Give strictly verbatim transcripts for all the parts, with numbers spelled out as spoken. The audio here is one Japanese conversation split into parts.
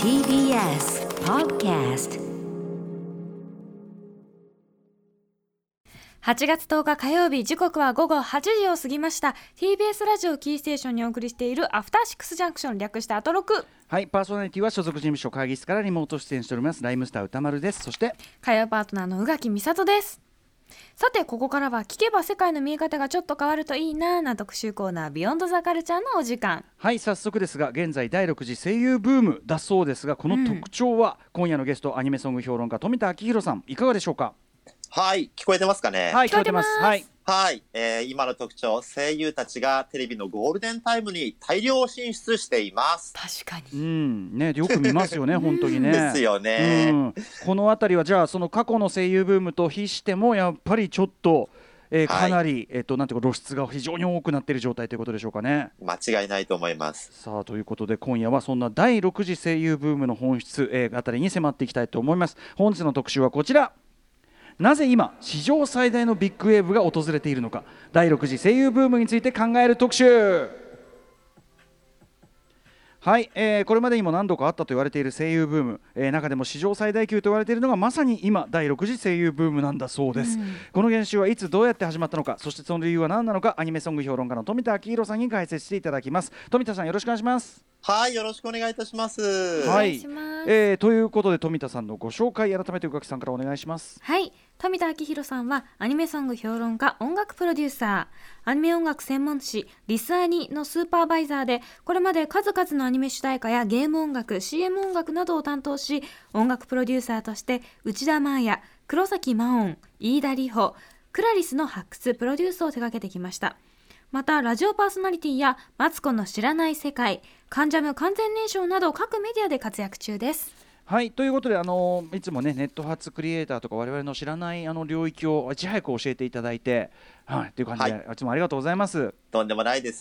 ティービーエス Podcast。 はちがつとおか火曜日、時刻は午後はちじを過ぎました。 ティービーエス ラジオキーステーションにお送りしているアフターシックスジャンクション、略してアトロク。 はい、パーソナリティは所属事務所会議室からリモート出演しておりますライムスター歌丸です。そして火曜パートナーの宇垣美里です。さて、ここからは聞けば世界の見え方がちょっと変わるといいなな特集コーナー、ビヨンドザカルチャーのお時間。 はい、早速ですが現在だいろく次声優ブームだそうですが、この特徴は、うん、今夜のゲストアニメソング評論家富田明宏さん、いかがでしょうか。 はい、聞こえてますかね。 はい、聞こえてます。はい、 はい、えー、今の特徴、声優たちがテレビのゴールデンタイムに大量進出しています。 確かに、 うんね、よく見ますよね本当にね。 ですよね、 うん、このあたりはじゃあその過去の声優ブームと比してもやっぱりちょっと、えー、かなり、はい、えー、となんていうか露出が非常に多くなっている状態ということでしょうかね。 間違いないと思います。 さあ、ということで今夜はそんなだいろく次声優ブームの本質、えー、あたりに迫っていきたいと思います。本日の特集はこちら。なぜ今史上最大のビッグウェーブが訪れているのか、だいろく次声優ブームについて考える特集。はい、えー、これまでにも何度かあったと言われている声優ブーム、えー、中でも史上最大級と言われているのがまさに今だいろく次声優ブームなんだそうです、うん、この現象はいつどうやって始まったのか、そしてその理由は何なのか、アニメソング評論家の富田明宏さんに解説していただきます。富田さん、よろしくお願いします。 はい、よろしくお願いいたします。 はい、えー、ということで富田さんのご紹介、改めて宇垣さんからお願いします。 はい、富田明宏さんはアニメソング評論家、音楽プロデューサー、アニメ音楽専門誌リスアニのスーパーバイザーで、これまで数々のアニメ主題歌やゲーム音楽、 シーエム 音楽などを担当し、音楽プロデューサーとして内田真礼、黒崎真音、飯田里穂、クラリスの発掘プロデュースを手掛けてきました。またラジオパーソナリティやマツコの知らない世界、関ジャム完全燃焼など各メディアで活躍中です。 はい、ということで、あのいつもねネット発クリエイターとか我々の知らないあの領域をいち早く教えていただいて、はい、という感じで、はい、いつもありがとうございます。 とんでもないです。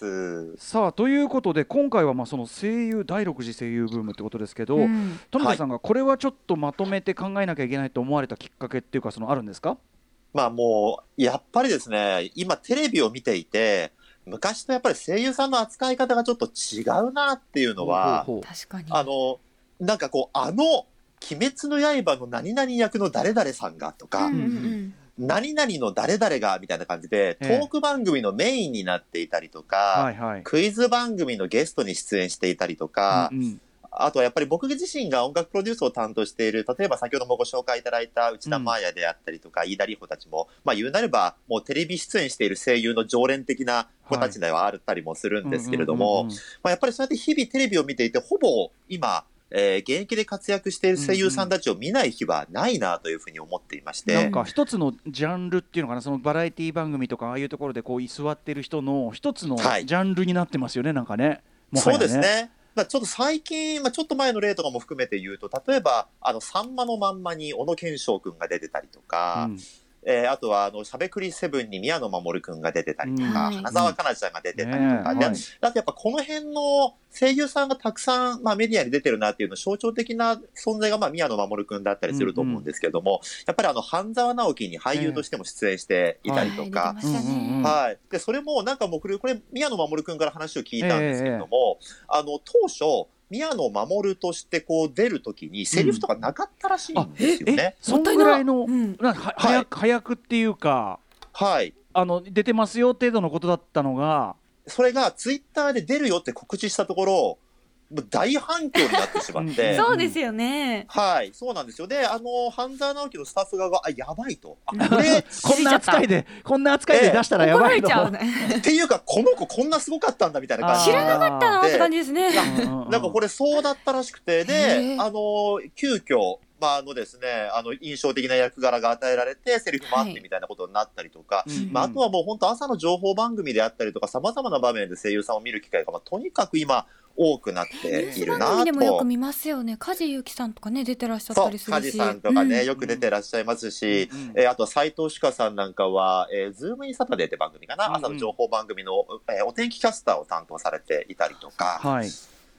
さあ、ということで今回はまあその声優だいろく次声優ブームってことですけど、うん、富田さんがこれはちょっとまとめて考えなきゃいけないと思われたきっかけっていうか、そのあるんですか。 まあもうやっぱりですね、今テレビを見ていて昔とやっぱり声優さんの扱い方がちょっと違うなっていうのは、 ほうほう、確かに、 あのなんかこうあの鬼滅の刃の何々役の誰々さんがとか、うんうん、何々の誰々がみたいな感じでトーク番組のメインになっていたりとか、はいはい、クイズ番組のゲストに出演していたりとか、うんうん、あとはやっぱり僕自身が音楽プロデュースを担当している、例えば先ほどもご紹介いただいた内田真礼であったりとか、うん、飯田里穂たちも、まあ、言うなればもうテレビ出演している声優の常連的な子たちではあったりもするんですけれども、やっぱりそうやって日々テレビを見ていて、ほぼ今えー、現役で活躍している声優さんたちを見ない日はないなというふうに思っていまして、うんうん、 なんか一つのジャンルっていうのかな、そのバラエティ番組とかああいうところでこう居座ってる人の一つのジャンルになってますよね、はい、なんかね、もはやね。そうですね。 まあ、ちょっと最近、まあ、ちょっと前の例とかも含めて言うと、例えばあのさんまのまんまに小野賢章くんが出てたりとか、うん、えー、あとはあのしゃべくりセブンに宮野真守くんが出てたりとか、うん、花澤香菜ちゃんが出てたりとか、うん、で、はい、だってやっぱこの辺の声優さんがたくさん、まあ、メディアに出てるなっていうの象徴的な存在が、まあ、宮野真守くんだったりすると思うんですけれども、うんうん、やっぱりあの半沢直樹に俳優としても出演していたりとか、えーはい、でそれもなんかもうこれ、これ宮野真守くんから話を聞いたんですけれども、えー、あの当初宮野真守としてこう出るときにセリフとかなかったらしいんですよね、うん、えそんぐらいの、うん、は早く、早くっていうか、 はい、 あの出てますよ程度のことだったのが、 それがツイッターで出るよって告知したところ大反響になってしまってそうですよね、 はい、そうなんですよ。で、あの半沢直樹のスタッフ側があやばいと、あこれこんな扱いでこんな扱いで出したらやばいと、 えー、ね、 っていうかこの子こんなすごかったんだみたいな感じ、 知らなかったなって感じですね。 なんかこれそうだったらしくて、であの急遽まああのですね、あの印象的な役柄が与えられてセリフもあってみたいなことになったりとか、はい、まあ、あとはもう本当朝の情報番組であったりとかさまざまな場面で声優さんを見る機会が、まあ、とにかく今多くなっているなと。番組でもよく見ますよね。梶裕貴さんとかね出てらっしゃったりするし、 梶さんとかね、うん、よく出てらっしゃいますし、うんうん、えー、あと斉藤朱夏さんなんかは、えー、ズームインサタデーって番組かな、うんうん、朝の情報番組の、えー、お天気キャスターを担当されていたりとか、 はい、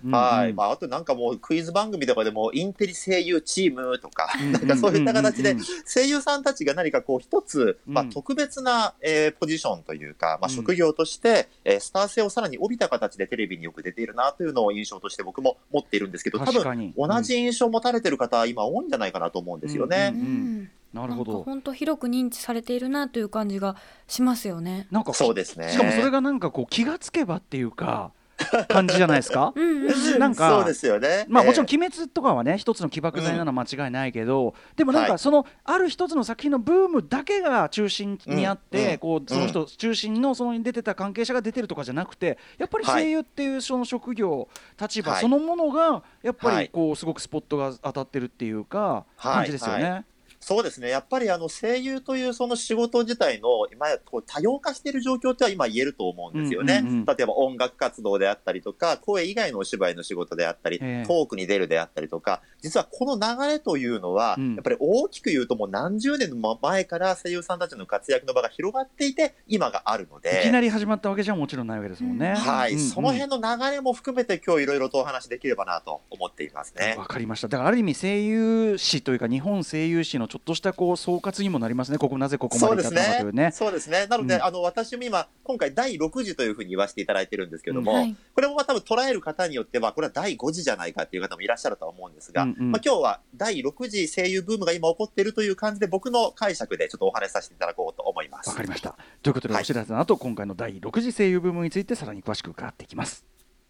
はい、まあ、あとなんかもうクイズ番組とかでもインテリ声優チームとか、なんかそういった形で声優さんたちが何かこう一つ、まあ、特別な、えー、ポジションというか、まあ、職業として、えー、スター性をさらに帯びた形でテレビによく出ているなというのを印象として僕も持っているんですけど、多分同じ印象を持たれている方は今多いんじゃないかなと思うんですよね。 うんうんうん、なるほど。本当広く認知されているなという感じがしますよね。 なんかそうですね。 しかもそれがなんかこう気がつけばっていうか感じじゃないですか。 うんうん、 なんかそうですよね。 まあもちろん鬼滅とかはね一つの起爆剤なのは間違いないけど、うん、でもなんかそのある一つの作品のブームだけが中心にあって、うん、こうその人中心のそのに出てた関係者が出てるとかじゃなくて、やっぱり声優っていうその職業立場そのものがやっぱりこうすごくスポットが当たってるっていうか感じですよね。はいはい、 そうですね。やっぱりあの声優というその仕事自体の今こう多様化している状況っては今言えると思うんですよね。うんうんうん、例えば音楽活動であったりとか、声以外のお芝居の仕事であったり、トークに出るであったりとか、実はこの流れというのは、うん、やっぱり大きく言うともう何十年も前から声優さんたちの活躍の場が広がっていて今があるので、 いきなり始まったわけじゃもちろんないわけですもんね。 はい、 うんうん、 その辺の流れも含めて今日いろいろとお話できればなと思っていますね。 わかりました。だからある意味声優史というか日本声優史のちょっとしたこう総括にもなりますね。ここなぜここまで至ったのかというね。 そうですね。なので、うん、あの私も今今回だいろくじというふうに言わせていただいてるんですけども、うん、はい、これも多分捉える方によってはこれはだいごじじゃないかっていう方もいらっしゃるとは思うんですが、うんうん、まあ、今日はだいろくじ声優ブームが今起こっているという感じで僕の解釈でちょっとお話しさせていただこうと思います。 わかりました。ということで、はい、お知らせの後今回のだいろくじ声優ブームについてさらに詳しく伺っていきます。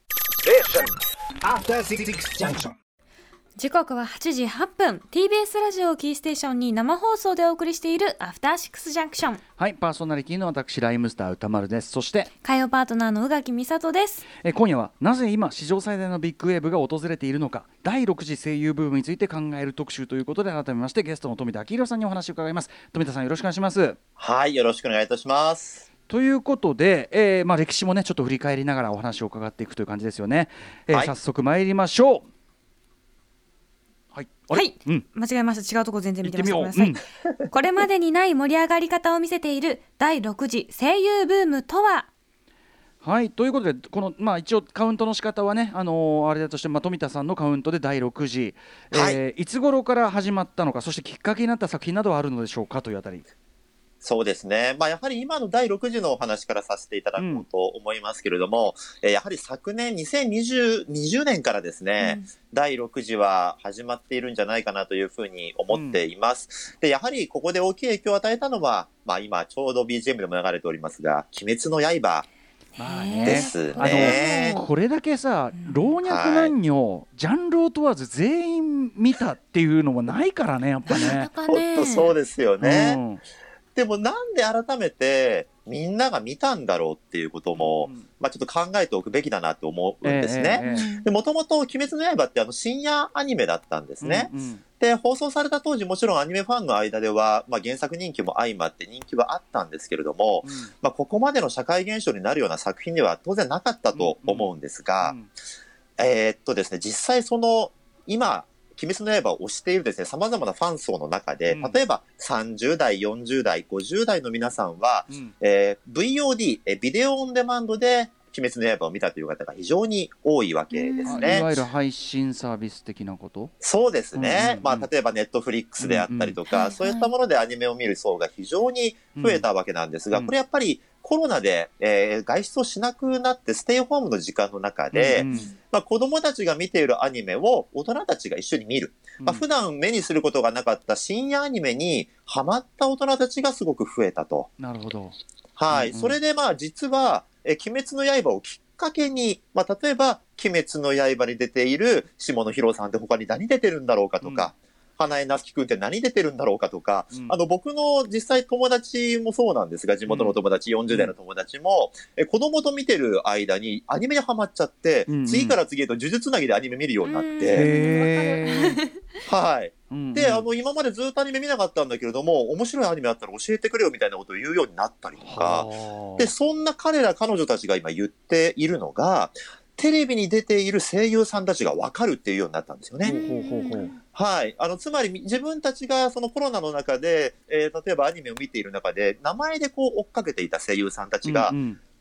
時刻ははちじはっぷん、 ティービーエス ラジオキーステーションに生放送でお送りしているアフターシックスジャンクション。 はい、パーソナリティの私ライムスター歌丸です。そして火曜パートナーの宇垣美里です。 え今夜はなぜ今史上最大のビッグウェーブが訪れているのか、だいろくじ声優ブームについて考える特集ということで、改めましてゲストの富田明宏さんにお話を伺います。富田さん、よろしくお願いします。 はい、よろしくお願いいたします。 ということで、えーまあ、歴史もねちょっと振り返りながらお話を伺っていくという感じですよね。えーはい、早速参りましょう。はい、 はい、うん、間違えました。違うところ全然見てました。ごめんなさい、うん、これまでにない盛り上がり方を見せているだいろくじ声優ブームとは。 はい、ということでこの、まあ、一応カウントの仕方はね、あのー、あれだとして、まあ、富田さんのカウントでだいろくじ、はい、えー、いつ頃から始まったのか、そしてきっかけになった作品などはあるのでしょうかというあたり。 そうですね。まあ、やはり今のだいろくじのお話からさせていただこうと思いますけれども、うん、えやはり昨年にせんにじゅうねんからですね、うん、だいろくじは始まっているんじゃないかなというふうに思っています。うん、で、やはりここで大きい影響を与えたのは、まあ今ちょうど ビージーエム でも流れておりますが、鬼滅の刃。まあね、ですね。 あのこれだけさ、老若男女、はい、ジャンルを問わず全員見たっていうのもないからね、やっぱね。 本当そうですよね。うん、でもなんで改めてみんなが見たんだろうっていうことも、うん、まあちょっと考えておくべきだなと思うんですね。えーえー、で、もともと鬼滅の刃ってあの深夜アニメだったんですね。うんうん、で、放送された当時もちろんアニメファンの間では、まあ原作人気も相まって人気はあったんですけれども、うん、まあここまでの社会現象になるような作品では当然なかったと思うんですが、うんうん、えー、っとですね、実際その今、鬼滅の刃を推しているですね、様々なファン層の中で、うん、例えばさんじゅうだい、よんじゅうだい、ごじゅうだいの皆さんは、うん、えー、ブイオーディー、えビデオオンデマンドで鬼滅の刃を見たという方が非常に多いわけですね。 いわゆる配信サービス的なこと？ そうですね。うんうんうん、まあ例えばネットフリックスであったりとか、うんうん、そういったものでアニメを見る層が非常に増えたわけなんですが、うん、これやっぱりコロナで、えー、外出をしなくなってステイホームの時間の中で、うんうん、まあ、子供たちが見ているアニメを大人たちが一緒に見る。まあ、普段目にすることがなかった深夜アニメにハマった大人たちがすごく増えたと。 なるほど。 はい。うんうん、それでまあ実は、え鬼滅の刃をきっかけに、まあ例えば、鬼滅の刃に出ている下野紘さんって他に何出てるんだろうかとか、うん、花江夏樹くんって何出てるんだろうかとか、うん、あの僕の実際友達もそうなんですが、地元の友達、うん、よんじゅうだいの友達も、え子供と見てる間にアニメにハマっちゃって、うんうん、次から次へと呪術つなぎでアニメ見るようになって、へはい。うんうん、で、あの、今までずっとアニメ見なかったんだけれども、面白いアニメあったら教えてくれよみたいなことを言うようになったりとか、で、そんな彼ら彼女たちが今言っているのが、テレビに出ている声優さんたちが分かるっていうようになったんですよね。ほうほうほう、はい。あの、つまり自分たちがそのコロナの中で、えー、例えばアニメを見ている中で、名前でこう追っかけていた声優さんたちが、うんうん、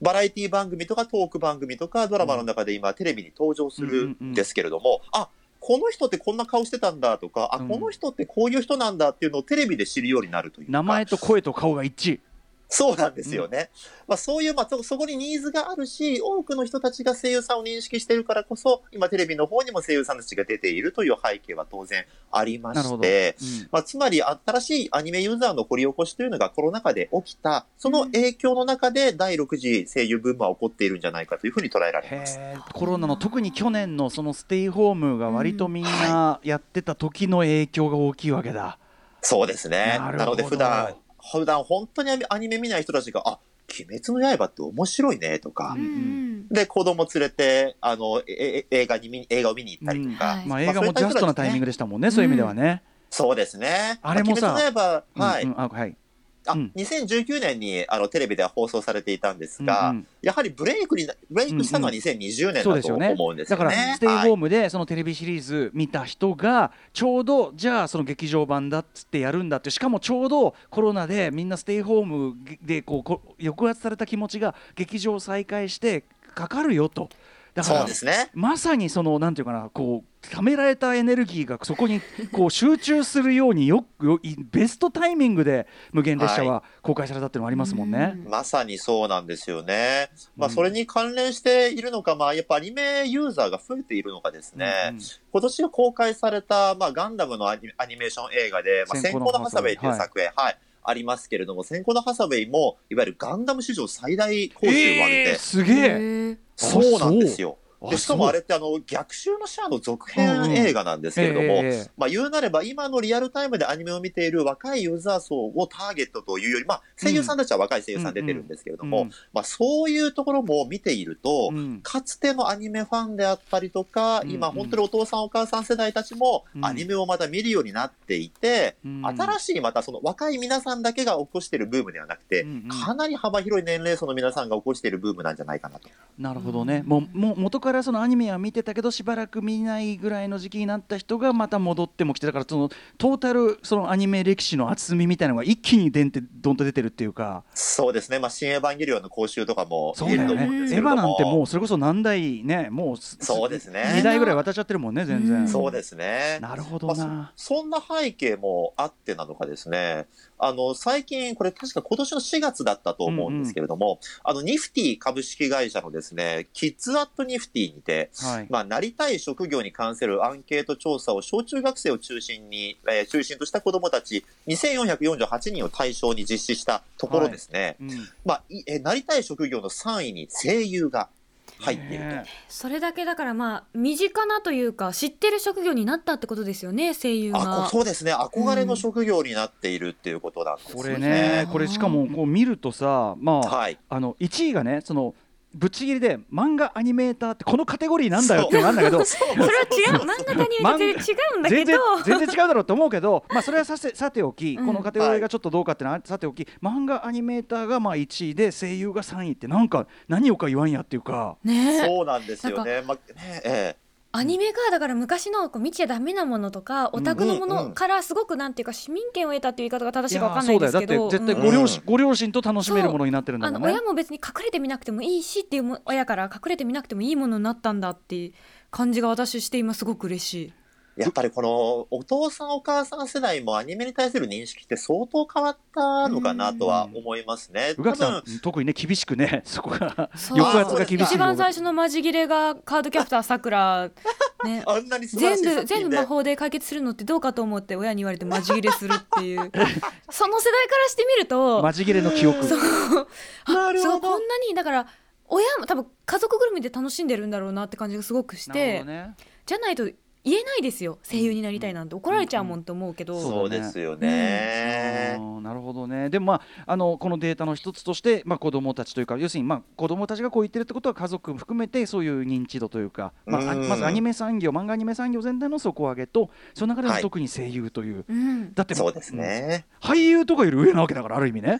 バラエティ番組とかトーク番組とかドラマの中で今テレビに登場するんですけれども、うんうんうん、あ、この人ってこんな顔してたんだとか、あ、この人ってこういう人なんだっていうのをテレビで知るようになるというか、 名前と声と顔が一致。 そうなんですよね。うん、まあ、そういう、まあ、そ、そこにニーズがあるし、多くの人たちが声優さんを認識しているからこそ、今テレビの方にも声優さんたちが出ているという背景は当然ありまして、うん、まあ、つまり新しいアニメユーザーの掘り起こしというのがコロナ禍で起きた、その影響の中でだいろく次声優ブームは起こっているんじゃないかというふうに捉えられます。 へー、コロナの特に去年のそのステイホームが割とみんなやってた時の影響が大きいわけだ。 うん、はい、そうですね。な, なので普段、普段本当にアニメ見ない人たちが、あ、鬼滅の刃って面白いねとか、うん、で子供連れてあのえ映画に見映画を見に行ったりとか、 うん、まあ、映画もジャストなタイミングでしたもんね、そういう意味ではね、 うん、そうですね。 あれもさ、 まあ、鬼滅の刃、はい、 うんうん、あ、はい、 あ、うん、にせんじゅうきゅうねんにあのテレビでは放送されていたんですが、うんうん、やはりブレイクにブレイクしたのはにせんにじゅうねんだと思うんですよね。 だからステイホームでそのテレビシリーズ見た人がちょうどじゃあその劇場版だっつってやるんだって、しかもちょうどコロナでみんなステイホームでこうこ抑圧された気持ちが劇場再開してかかるよと。だからそうですね、 まさにそのなんていうかな、こう溜められたエネルギーがそこにこう集中するようによくベストタイミングで無限列車は公開されたっていうのがありますもんね、はい、 まさにそうなんですよね。まあ、それに関連しているのか、まあ、やっぱアニメユーザーが増えているのかですね、うんうん、今年公開された、まあ、ガンダムのアニメーション映画で、まあ、先行のハサウェイという作品、はいはい、ありますけれども、先行のハサウェイもいわゆるガンダム史上最大興収を上げて、 えー、すげえ、 そうなんですよ。でしかもあれってあの逆襲のシャアの続編映画なんですけれども、うんうん、えー、まあ、言うなれば今のリアルタイムでアニメを見ている若いユーザー層をターゲットというより、まあ、声優さんたちは若い声優さん出てるんですけれども、うんうん、まあ、そういうところも見ていると、うん、かつてのアニメファンであったりとか、うんうん、今本当にお父さんお母さん世代たちもアニメをまた見るようになっていて、うん、新しいまたその若い皆さんだけが起こしているブームではなくて、うんうん、かなり幅広い年齢層の皆さんが起こしているブームなんじゃないかなと。 なるほどね。もう、もう元からそのアニメは見てたけどしばらく見ないぐらいの時期になった人がまた戻っても来て、だからそのトータルそのアニメ歴史の厚みみたいなのが一気にでんてどんと出てるっていうか。 そうですね、まあ、新エヴァンゲリオンの講習とかも言えると思うんですけれども、エヴァなんてもうそれこそ何代ね、もうそうですね、 にだいぐらい渡っちゃってるもんね、全然、うん、 そうですね。 なるほどな、 まあ、そ, そんな背景もあってなのかですね、あの最近これ確か今年のしがつだったと思うんですけれども、うんうん、あのニフティ株式会社のですねキッズアットニフティにて、はい、まあ、なりたい職業に関するアンケート調査を小中学生を中心に、えー、中心とした子どもたちにせんよんひゃくよんじゅうはちにんを対象に実施したところですね、はい、うん、まあ、えなりたい職業のさんいに声優が入っていると。 それだけだからまあ身近なというか知ってる職業になったってことですよね、声優が。 あ、そうですね、憧れの職業になっているっていうことなんですね、 うん、これね、これしかもこう見るとさ、まあ、はい、あのいちいがね、そのぶっちぎりで漫画アニメーターってこのカテゴリーなんだよっていうのがあるんだけど、 それは違う、漫画とアニメーターって違うんだけど、 全然全然違うだろうと思うけど、まあそれはさてさておき、このカテゴリーがちょっとどうかってのはさておき、漫画アニメーターがまあいちいで声優がさんいってなんか何をか言わんやっていうか、 ね、そうなんですよね。まあね、ええ、 アニメがだから昔のこう見ちゃダメなものとかオタクのものからすごくなんていうか市民権を得たっていう言い方が正しいか分かんないですけど、 そうだよ、だって絶対ご両親、うん、ご両親と楽しめるものになってるんだもんね。 あの親も別に隠れてみなくてもいいしっていう親から隠れてみなくてもいいものになったんだっていう感じが私して今すごく嬉しい。 やっぱりこのお父さんお母さん世代もアニメに対する認識って相当変わったのかなとは思いますね。 宇垣さん特にね厳しくね、そこが抑圧が厳しい。 一番最初のマジギレがカードキャプターさくらね、 あんなに素晴らしい作品で全部全部魔法で解決するのってどうかと思って親に言われてマジギレするっていうその世代からしてみるとマジギレの記憶、 そうあそうこんなにだから親も多分家族ぐるみで楽しんでるんだろうなって感じがすごくして、ね、じゃないと言えないですよ、声優になりたいなんて怒られちゃうもんと思うけど、 うんうん、そうですよね、 うん、なるほどね。でも、まあ、あのこのデータの一つとして、まあ、子どもたちというか要するに、まあ、子どもたちがこう言ってるってことは家族含めてそういう認知度というか、まあ、まずアニメ産業漫画アニメ産業全体の底上げとその中でも特に声優という、 はい、 だって、 そうですね、 俳優とかより上なわけだからある意味ね。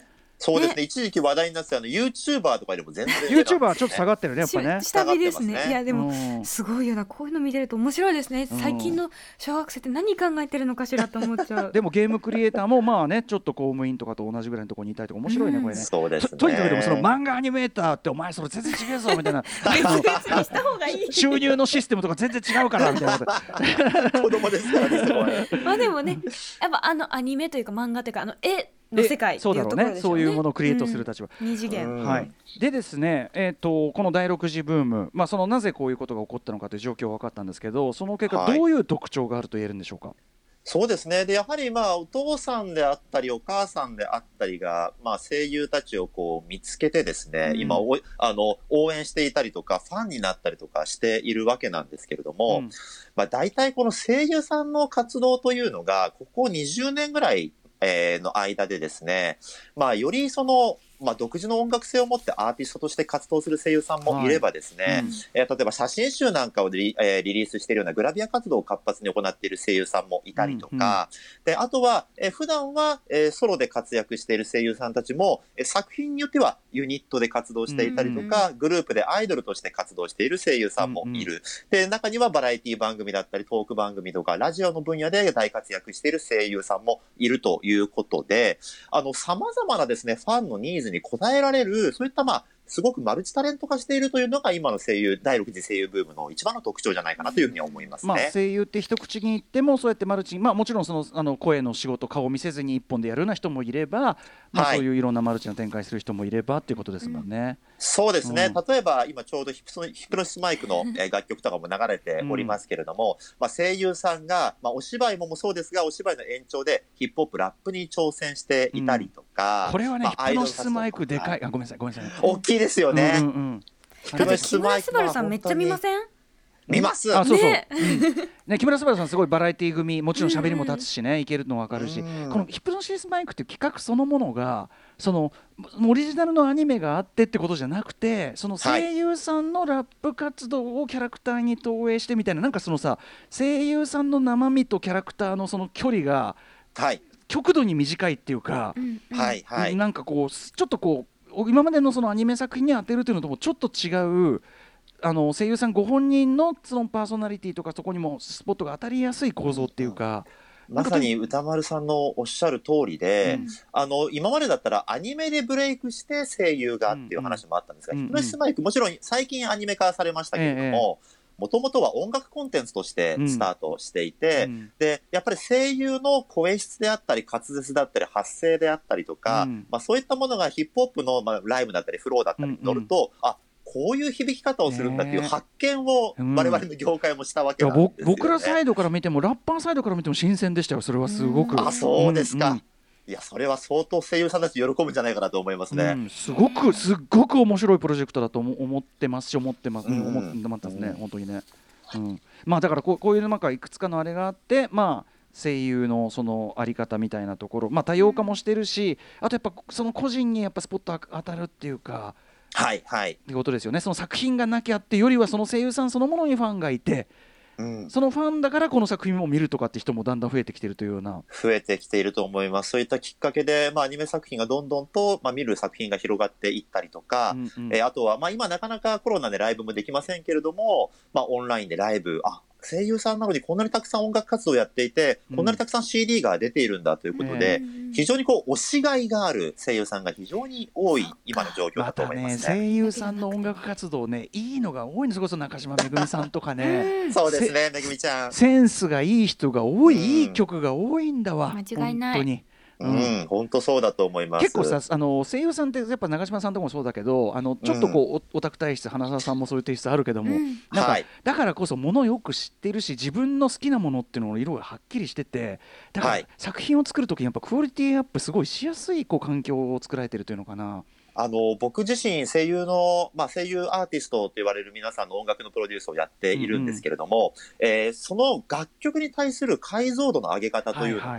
そうですね、一時期話題になってたあの YouTuber とかでも全然出ないですね。 YouTuber はちょっと下がってるねやっぱね。 下火ですね。いやでも、 うん、 すごいよな、こういうの見てると面白いですね。最近の小学生って何考えてるのかしらと思っちゃう。 でもゲームクリエイターもまあねちょっと公務員とかと同じぐらいのところにいたりとか面白いね、うん、これね。 そうですね。 と, とにかくでもその漫画アニメーターってお前それ全然違うぞみたいなした方がいい収入のシステムとか全然違うからみたいな子供ですからね。 まあでもねやっぱあのアニメというか漫画というかあの絵の世界っていうところでしょうね。そうだろうね、 そういうものをクリエイトする立場、 うん、二次元、 はい、でですね、えー、とこのだいろく次ブーム、まあ、そのなぜこういうことが起こったのかという状況は分かったんですけど、その結果どういう特徴があると言えるんでしょうか。はい、 そうですね。で、やはりまあ、お父さんであったり、お母さんであったりが、まあ、声優たちをこう見つけてですね、うん、今お、あの、応援していたりとか、ファンになったりとかしているわけなんですけれども、うん、まあ、大体この声優さんの活動というのが、ここにじゅうねんぐらい、えー、の間でですね、まあ、よりその、まあ、独自の音楽性を持ってアーティストとして活動する声優さんもいればですね、はい、うん、えー、例えば写真集なんかをリ、えー、リリースしているようなグラビア活動を活発に行っている声優さんもいたりとか、うんうん、であとは、えー、普段は、えー、ソロで活躍している声優さんたちも、えー、作品によってはユニットで活動していたりとか、うんうん、グループでアイドルとして活動している声優さんもいる、うんうん、で中にはバラエティ番組だったりトーク番組とかラジオの分野で大活躍している声優さんもいるということで、あの様々なですねファンのニーズに応えられるそういったまあすごくマルチタレント化しているというのが今の声優だいろく次声優ブームの一番の特徴じゃないかなというふうに思いますね。 まあ、声優って一口に言ってもそうやってマルチ、まあ、もちろんそのあの声の仕事顔を見せずに一本でやるような人もいれば、まあ、そういういろんなマルチな展開する人もいればっていうことですもんね。うん、 そうですね、うん、例えば今ちょうどヒプノ、ヒプノシスマイクの楽曲とかも流れておりますけれども、うん、まあ、声優さんが、まあ、お芝居ももそうですがお芝居の延長でヒップホップラップに挑戦していたりとか、 うん、これはね、まあ、ヒプノシスマイクでかい、あ、ごめんなさいごめんなさい、 大きいですよね。うんうん、 だって木村昴さんめっちゃ見ません？ 見ます。 あ、そうそう、ね、うんね、木村昴さんすごいバラエティ組、もちろん喋りも立つしね、いけるの分かるし、このヒプノシスマイクっていう企画そのものがそのオリジナルのアニメがあってってことじゃなくて、その声優さんのラップ活動をキャラクターに投影してみたいな、なんかそのさ声優さんの生身とキャラクターのその距離が極度に短いっていうか、 はいはい、 なんかこうちょっとこう今までのそのアニメ作品に当てるというのともちょっと違う、あの声優さんご本人のそのパーソナリティとかそこにもスポットが当たりやすい構造っていうか、 まさに歌丸さんのおっしゃる通りで、うん、あの今までだったらアニメでブレイクして声優がっていう話もあったんですが、うんうん、ヒプノシスマイクもちろん最近アニメ化されましたけれども、もともとは音楽コンテンツとしてスタートしていて、うん、でやっぱり声優の声質であったり滑舌だったり発声であったりとか、うん、まあ、そういったものがヒップホップの、まあ、ライブだったりフローだったりに乗ると、うんうん、あこういう響き方をするんだっていう発見を我々の業界もしたわけなんですよね。 僕らサイドから見てもラッパーサイドから見ても新鮮でしたよ。それはすごく。 あ、そうですか。うんうん、いやそれは相当声優さんたち喜ぶんじゃないかなと思いますね。うん、 すごくすっごく面白いプロジェクトだと思ってますし思ってます、うん、思ってますね、うん、本当にね。うん、まあだからこう、こういうなんかいくつかのあれがあって、まあ声優のそのあり方みたいなところ、まあ多様化もしてるし、あとやっぱその個人にやっぱスポット当たるっていうか。 はいはい。 ってことですよね。その作品がなきゃってよりはその声優さんそのものにファンがいて、うん、そのファンだからこの作品も見るとかって人もだんだん増えてきているというような。 増えてきていると思います。そういったきっかけで、まあ、アニメ作品がどんどんと、まあ、見る作品が広がっていったりとか、うんうん、えー、あとは、まあ、今なかなかコロナでライブもできませんけれども、まあ、オンラインでライブ、あ声優さんなのにこんなにたくさん音楽活動をやっていて、うん、こんなにたくさん シーディー が出ているんだということで、えー、非常にこう推しがいがある声優さんが非常に多い今の状況だと思いますね。 またね、声優さんの音楽活動ね、いいのが多いんです。それこそ中島めぐみさんとかねそうですね、めぐみちゃんセンスがいい人が多い、うん、いい曲が多いんだわ。 間違いない。 本当にうん、本当そうだと思います。 結構さ、あの声優さんってやっぱ長嶋さんとかもそうだけど、あのちょっとこう、うん、オタク体質、花澤さんもそういう体質あるけども、うん、なんか、はい、だからこそものをよく知っているし、自分の好きなものっていうのの色がはっきりしてて、だから、はい、作品を作るときにやっぱクオリティアップすごいしやすいこう環境を作られてるというのかな。 あの僕自身声優の、まあ、声優アーティストと言われる皆さんの音楽のプロデュースをやっているんですけれども、うんうん、えー、その楽曲に対する解像度の上げ方というのが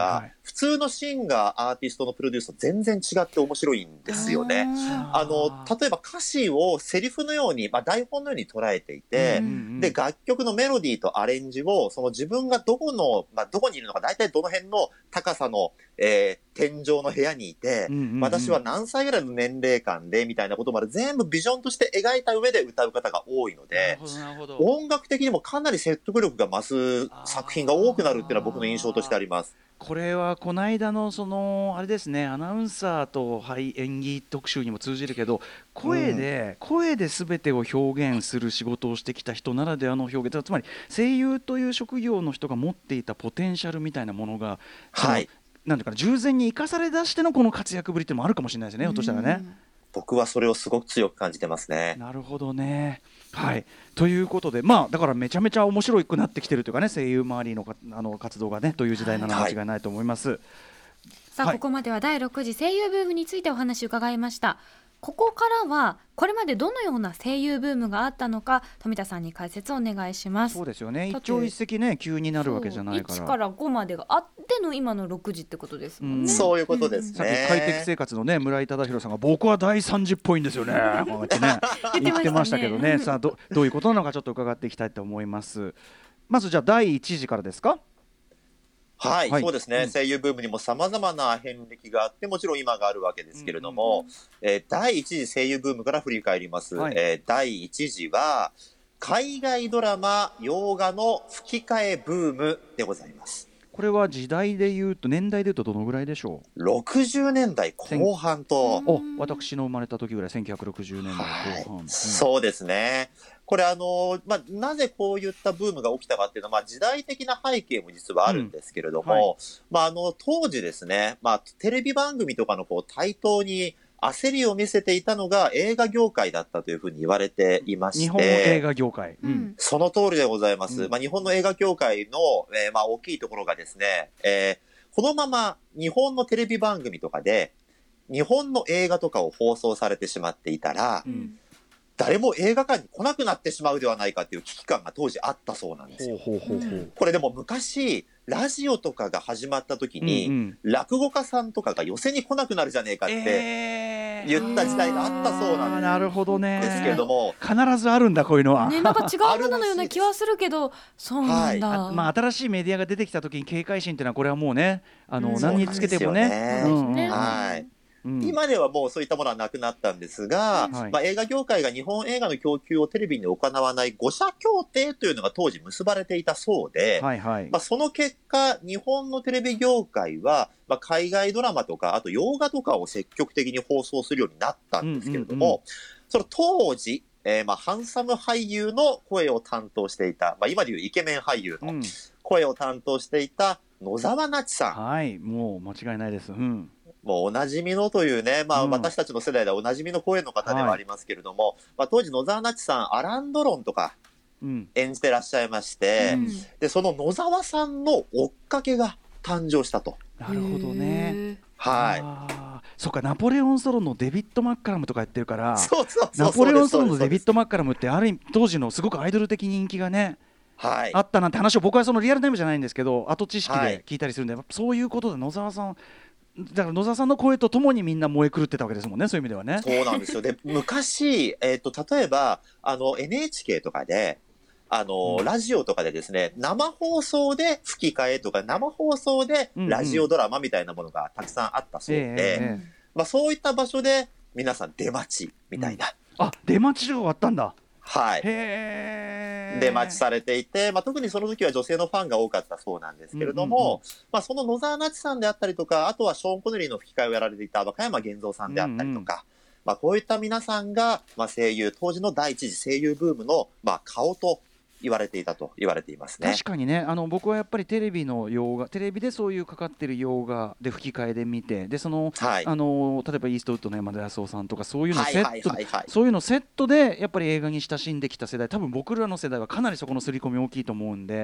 普通のシンガーアーティストのプロデュースと全然違って面白いんですよね。あの例えば歌詞をセリフのように、まあ、台本のように捉えていて、うんうん、で楽曲のメロディーとアレンジをその自分がどこの、まあ、どこにいるのか大体どの辺の高さの、えー、天井の部屋にいて、うんうんうん、私は何歳ぐらいの年齢間でみたいなことまで全部ビジョンとして描いた上で歌う方が多いので、音楽的にもかなり説得力が増す作品が多くなるっていうのは僕の印象としてあります。 これはこの間のそのあれですね、アナウンサーと演技特集にも通じるけど、声で、うん、声で全てを表現する仕事をしてきた人ならではの表現、つまり声優という職業の人が持っていたポテンシャルみたいなものが、はい、なんていうかな、従前に生かされ出してのこの活躍ぶりっていうのもあるかもしれないですね、ひょっとしたらね。 僕はそれをすごく強く感じてますね。 なるほどね。はい、ということで、まあだからめちゃめちゃ面白くなってきてるというかね、声優周りのかあの活動がねという時代なのは間違いないと思います。はい、 さあ、はい、ここまではだいろく次声優ブームについてお話を伺いました。ここからはこれまでどのような声優ブームがあったのか、富田さんに解説をお願いします。 そうですよね、一朝一夕ね急になるわけじゃないから、 いちからごまでがあっての今のろくじってことですもんね。うん、 そういうことですね。 さっき快適生活のね村井忠宏さんが僕はだいさんじゅっぽいんですよねこうやってね言ってましたけどね。さあ ど, どういうことなのかちょっと伺っていきたいと思います。まずじゃあだいいち次からですか。 はい、はい、そうですね、うん、声優ブームにも様々な遍歴があって、もちろん今があるわけですけれども、うんうん、えー、だいいち次声優ブームから振り返ります。はい、えー、だいいち次は海外ドラマ洋画の吹き替えブームでございます。 これは時代でいうと年代でいうとどのぐらいでしょう。 ろくじゅうねんだいこう半と、 お私の生まれた時ぐらいせんきゅうひゃくろくじゅうねんだいこう半、はい、うん、 そうですね。これあの、まあ、なぜこういったブームが起きたかっていうのは、まあ、時代的な背景も実はあるんですけれども、うん、はい、まあ、あの当時ですね、まあ、テレビ番組とかのこう台頭に焦りを見せていたのが映画業界だったというふうに言われていまして、 日本の映画業界、 うん、その通りでございます。うん、まあ、日本の映画業界の、えーまあ、大きいところがですね、えー、このまま日本のテレビ番組とかで日本の映画とかを放送されてしまっていたら、うん、誰も映画館に来なくなってしまうではないかっていう危機感が当時あったそうなんですよ。ほうほうほうほう。これでも昔ラジオとかが始まった時に、うんうん、落語家さんとかが寄席に来なくなるじゃねえかって言った時代があったそうなんです。 なるほどね。 ですけれども、 必ずあるんだこういうのは。 ね、なんか違うもののような気はするけど、そうなんだ。 はい、まあ新しいメディアが出てきた時に警戒心っていうのはこれはもうね、あの、うん、何につけてもね。 うんうん、はい。うん、今ではもうそういったものはなくなったんですが、はい、まあ、映画業界が日本映画の供給をテレビに行わないご社協定というのが当時結ばれていたそうで、はいはい、まあ、その結果日本のテレビ業界は、まあ、海外ドラマとかあと洋画とかを積極的に放送するようになったんですけれども、うんうんうん、その当時、えー、まあハンサム俳優の声を担当していた、まあ、今でいうイケメン俳優の声を担当していた野沢那智さん、 はい、もう間違いないです、うん、 もうおなじみのというね、まあ、うん、私たちの世代ではおなじみの声の方ではありますけれども、はい、まあ、当時野沢那智さんアラン・ドロンとか演じてらっしゃいまして、うん、でその野沢さんの追っかけが誕生したと。 なるほどね。 はい。 あ、そっか、ナポレオンソロのデビッド・マッカラムとかやってるから、 そうそうそう、 ナポレオンソロのデビッド・マッカラムってある意味当時のすごくアイドル的人気がね、はい、あったなんて話を僕はそのリアルタイムじゃないんですけど後知識で聞いたりするんで、はい、そういうことで野沢さんだから野沢さんの声とともにみんな燃え狂ってたわけですもんね、そういう意味ではね。 そうなんですよ。で昔、えー、と例えばあの エヌエイチケー とかであの、うん、ラジオとかでですね生放送で吹き替えとか生放送でラジオドラマみたいなものがたくさんあったそうで、うんうん、えーまあ、そういった場所で皆さん出待ちみたいな、 うん、あ出待ちがあったんだ。 はい、へ出待ちされていて、まあ、特にその時は女性のファンが多かったそうなんですけれども、うんうんうん、まあ、その野沢那智さんであったりとか、あとはショーン・コネリーの吹き替えをやられていた和歌山源三さんであったりとか、うんうん、まあ、こういった皆さんが、まあ、声優当時の第一次声優ブームの、まあ、顔と言われていたと言われていますね。 確かにね、あの僕はやっぱりテレビの洋画、テレビでそういうかかってる洋画で吹き替えで見て、でその、はい、あの例えばイーストウッドの山田康夫さんとかそういうのセットで、そういうのセットでやっぱり映画に親しんできた世代、多分僕らの世代はかなりそこの刷り込み大きいと思うんで、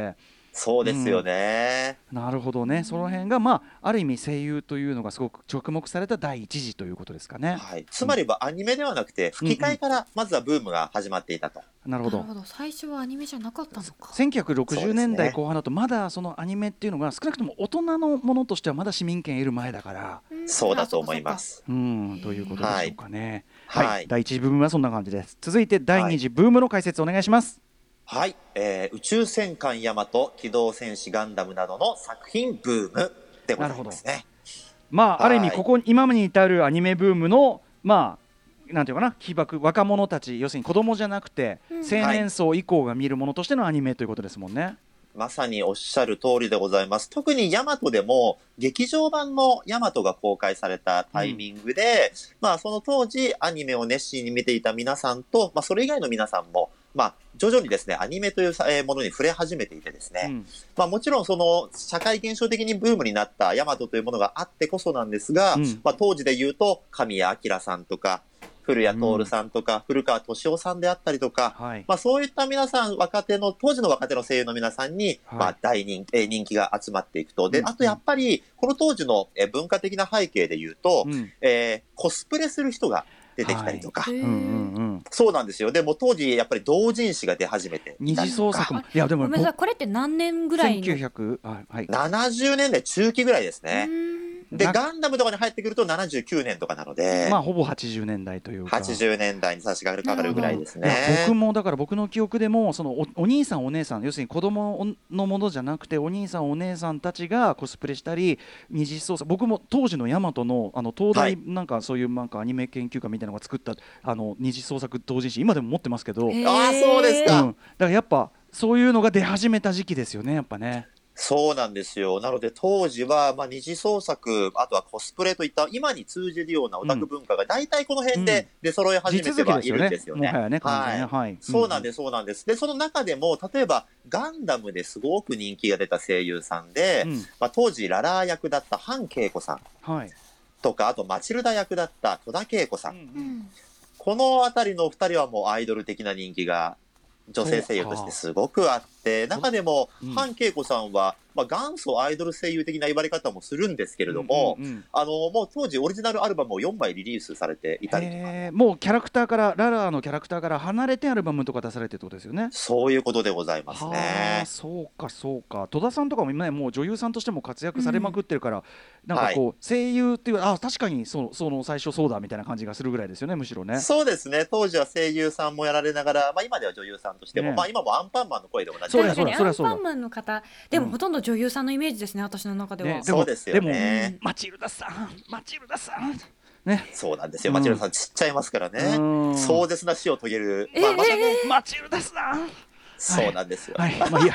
そうですよね、 うん、なるほどね。その辺が、まあ、ある意味声優というのがすごく着目された第一次ということですかね、 はい、つまりはアニメではなくて吹き替えからまずはブームが始まっていたと、 うんうん、なるほど。 なるほど、最初はアニメじゃなかったのか。 せんきゅうひゃくろくじゅうねんだいこう半だとまだそのアニメっていうのが少なくとも大人のものとしてはまだ市民権得る前だから、 うん、そうだと思います。 うん、ということでしょうかね。 はい、 はい、だいいち次ブームはそんな感じです。続いてだいに次ブームの解説お願いします。 はい、えー、宇宙戦艦ヤマト、機動戦士ガンダムなどの作品ブームでございますね。 まあ、ある意味ここ今に至るアニメブームの、まあなんていうかな、起爆、若者たち、要するに子供じゃなくて、うん、青年層以降が見るものとしてのアニメということですもんね。 まさにおっしゃる通りでございます。特にヤマトでも劇場版のヤマトが公開されたタイミングで、うん、まあその当時アニメを熱心に見ていた皆さんと、まあそれ以外の皆さんもまあ徐々にですねアニメというものに触れ始めていてですね、うん、まあもちろんその社会現象的にブームになったヤマトというものがあってこそなんですが、うん、まあ当時で言うと神谷明さんとか古谷徹さんとか、うん、古川敏夫さんであったりとか、はい、まあそういった皆さん、若手の、当時の若手の声優の皆さんに、はい、まあ大人気、え人気が集まっていくと。で、あとやっぱり、この当時のえ文化的な背景で言うと、うん、えー、コスプレする人が出てきたりとか、はい、そうなんですよ。でも当時やっぱり同人誌が出始めて二次創作も、いやでもごめんなさい、これって何年ぐらいの？ せんきゅうひゃく、はい、 ななじゅうねんだい中期ぐらいですね。でガンダムとかに入ってくるとななじゅうきゅうねんとかなので、 まあほぼはちじゅうねんだいというかはちじゅうねんだいに差し掛かるぐらいですね。 僕もだから僕の記憶でもその お, お兄さんお姉さん、要するに子供のものじゃなくてお兄さんお姉さんたちがコスプレしたり二次創作、僕も当時のヤマトのあの東大なんかそういうなんかアニメ研究家みたいなのが作ったあの二次創作同人誌今でも持ってますけど、 ああそうですか、 うん、だからやっぱそういうのが出始めた時期ですよね、やっぱね。 そうなんですよ。なので当時は、まあ、二次創作、あとはコスプレといった今に通じるようなオタク文化が大体この辺で出揃え始めてはいるんですよね。そうなんです、そうなんです。で、その中でも、例えばガンダムですごく人気が出た声優さんで、うん、まあ、当時ララー役だった半恵子さんとか、はい、あとマチルダ役だった戸田恵子さん。うんうん、このあたりのお二人はもうアイドル的な人気が女性声優としてすごくあって、中でも半恵子さんは、まあ、元祖アイドル声優的な言われ方もするんですけれども、うんうんうん、あのもう当時オリジナルアルバムをよんまいリリースされていたりとか、 もうキャラクターからララーのキャラクターから離れてアルバムとか出されてるってことですよね。 そういうことでございますね。 そうかそうか。戸田さんとかも今ねもう女優さんとしても活躍されまくってるから、うん、なんかこう、はい、声優っていうあ確かにそのその最初そうだみたいな感じがするぐらいですよね、むしろね。 そうですね。当時は声優さんもやられながら、まあ、今では女優さんとしても、ね、まあ、今もアンパンマンの声で同じ。 そうですね。アンパンマンの方でもほとんど女優さんのイメージですね、私の中では。ね、 でもそうですよね。 でもマチルダさんマチルダさんね、そうなんですよ。マチルダさんちっちゃいますからね、壮絶な死を遂げる、まあまさにマチルダさん、 そうなんですよ。 はい、はい、まあいいや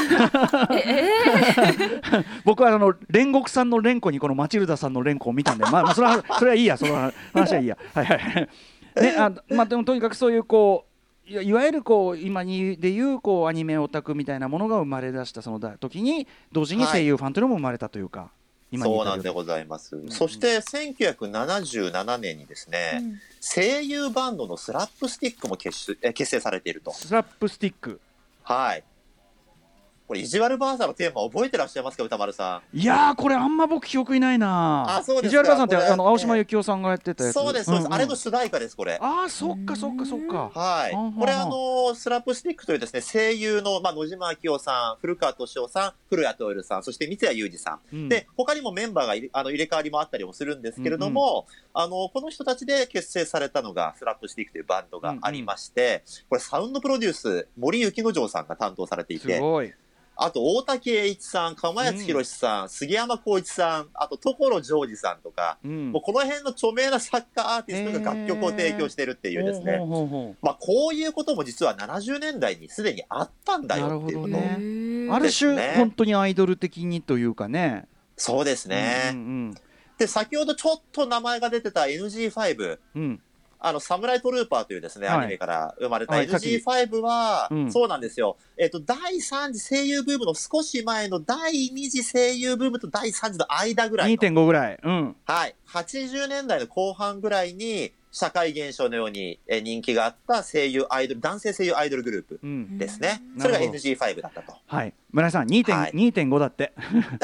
僕はあの煉獄さんの蓮子にこのマチルダさんの蓮子を見たんで、まあ、まあそれはそれはいいや、その話はいいや。はいはい。ね、あまあでもとにかくそういうこうい わ, いわゆるこう今にでいうこうアニメオタクみたいなものが生まれ出したその時に同時に声優ファンというのも生まれたというか、はい、 今そうなんでございます、うん、そしてせんきゅうひゃくななじゅうななねんにですね、うん、声優バンドのスラップスティックも 結, 結成されていると。 スラップスティック、 はい、これ意地悪バーサーのテーマ覚えてらっしゃいますか、歌丸さん。 いやーこれあんま僕記憶いないな。 あ、そうですか。 意地悪バーサーってあの青島由紀夫さんがやってたやつ。 そうですそうです、うんうん、あれの主題歌ですこれ。 ああそっかそっかそっか。 はい、これあのスラップスティックというですね声優の、まあ、野島明夫さん、古川敏夫さん、古谷徹さん、そして三谷裕二さん、うん、で他にもメンバーがいあの入れ替わりもあったりもするんですけれども、うんうん、あのこの人たちで結成されたのがスラップスティックというバンドがありまして、うんうん、これサウンドプロデュース森幸之丞さんが担当されていて、 すごい。 あと大竹栄一さん、釜谷宏さん、うん、杉山浩一さん、あと所ジョージさんとか、うん、もうこの辺の著名な作家アーティストが楽曲を提供しているっていうですね、えー、まあ、こういうことも実はななじゅうねんだいにすでにあったんだよっていうこと、 ね、ある種本当にアイドル的にというかね。 そうですね、うんうん、で先ほどちょっと名前が出てた エヌジーファイブ、うん、あのサムライトルーパーというですね、はい、アニメから生まれた エヌジーファイブ は、はい、そうなんですよ、えっと、だいさん次声優ブームの少し前のだいに次声優ブームとだいさん次の間ぐらいのにてんご ぐらい、うん、 はい、はちじゅうねんだいの後半ぐらいに社会現象のように人気があった声優アイドル、男性声優アイドルグループですね。うん、それが エヌジーファイブ だったと。 はい。村井さん にてんご だって。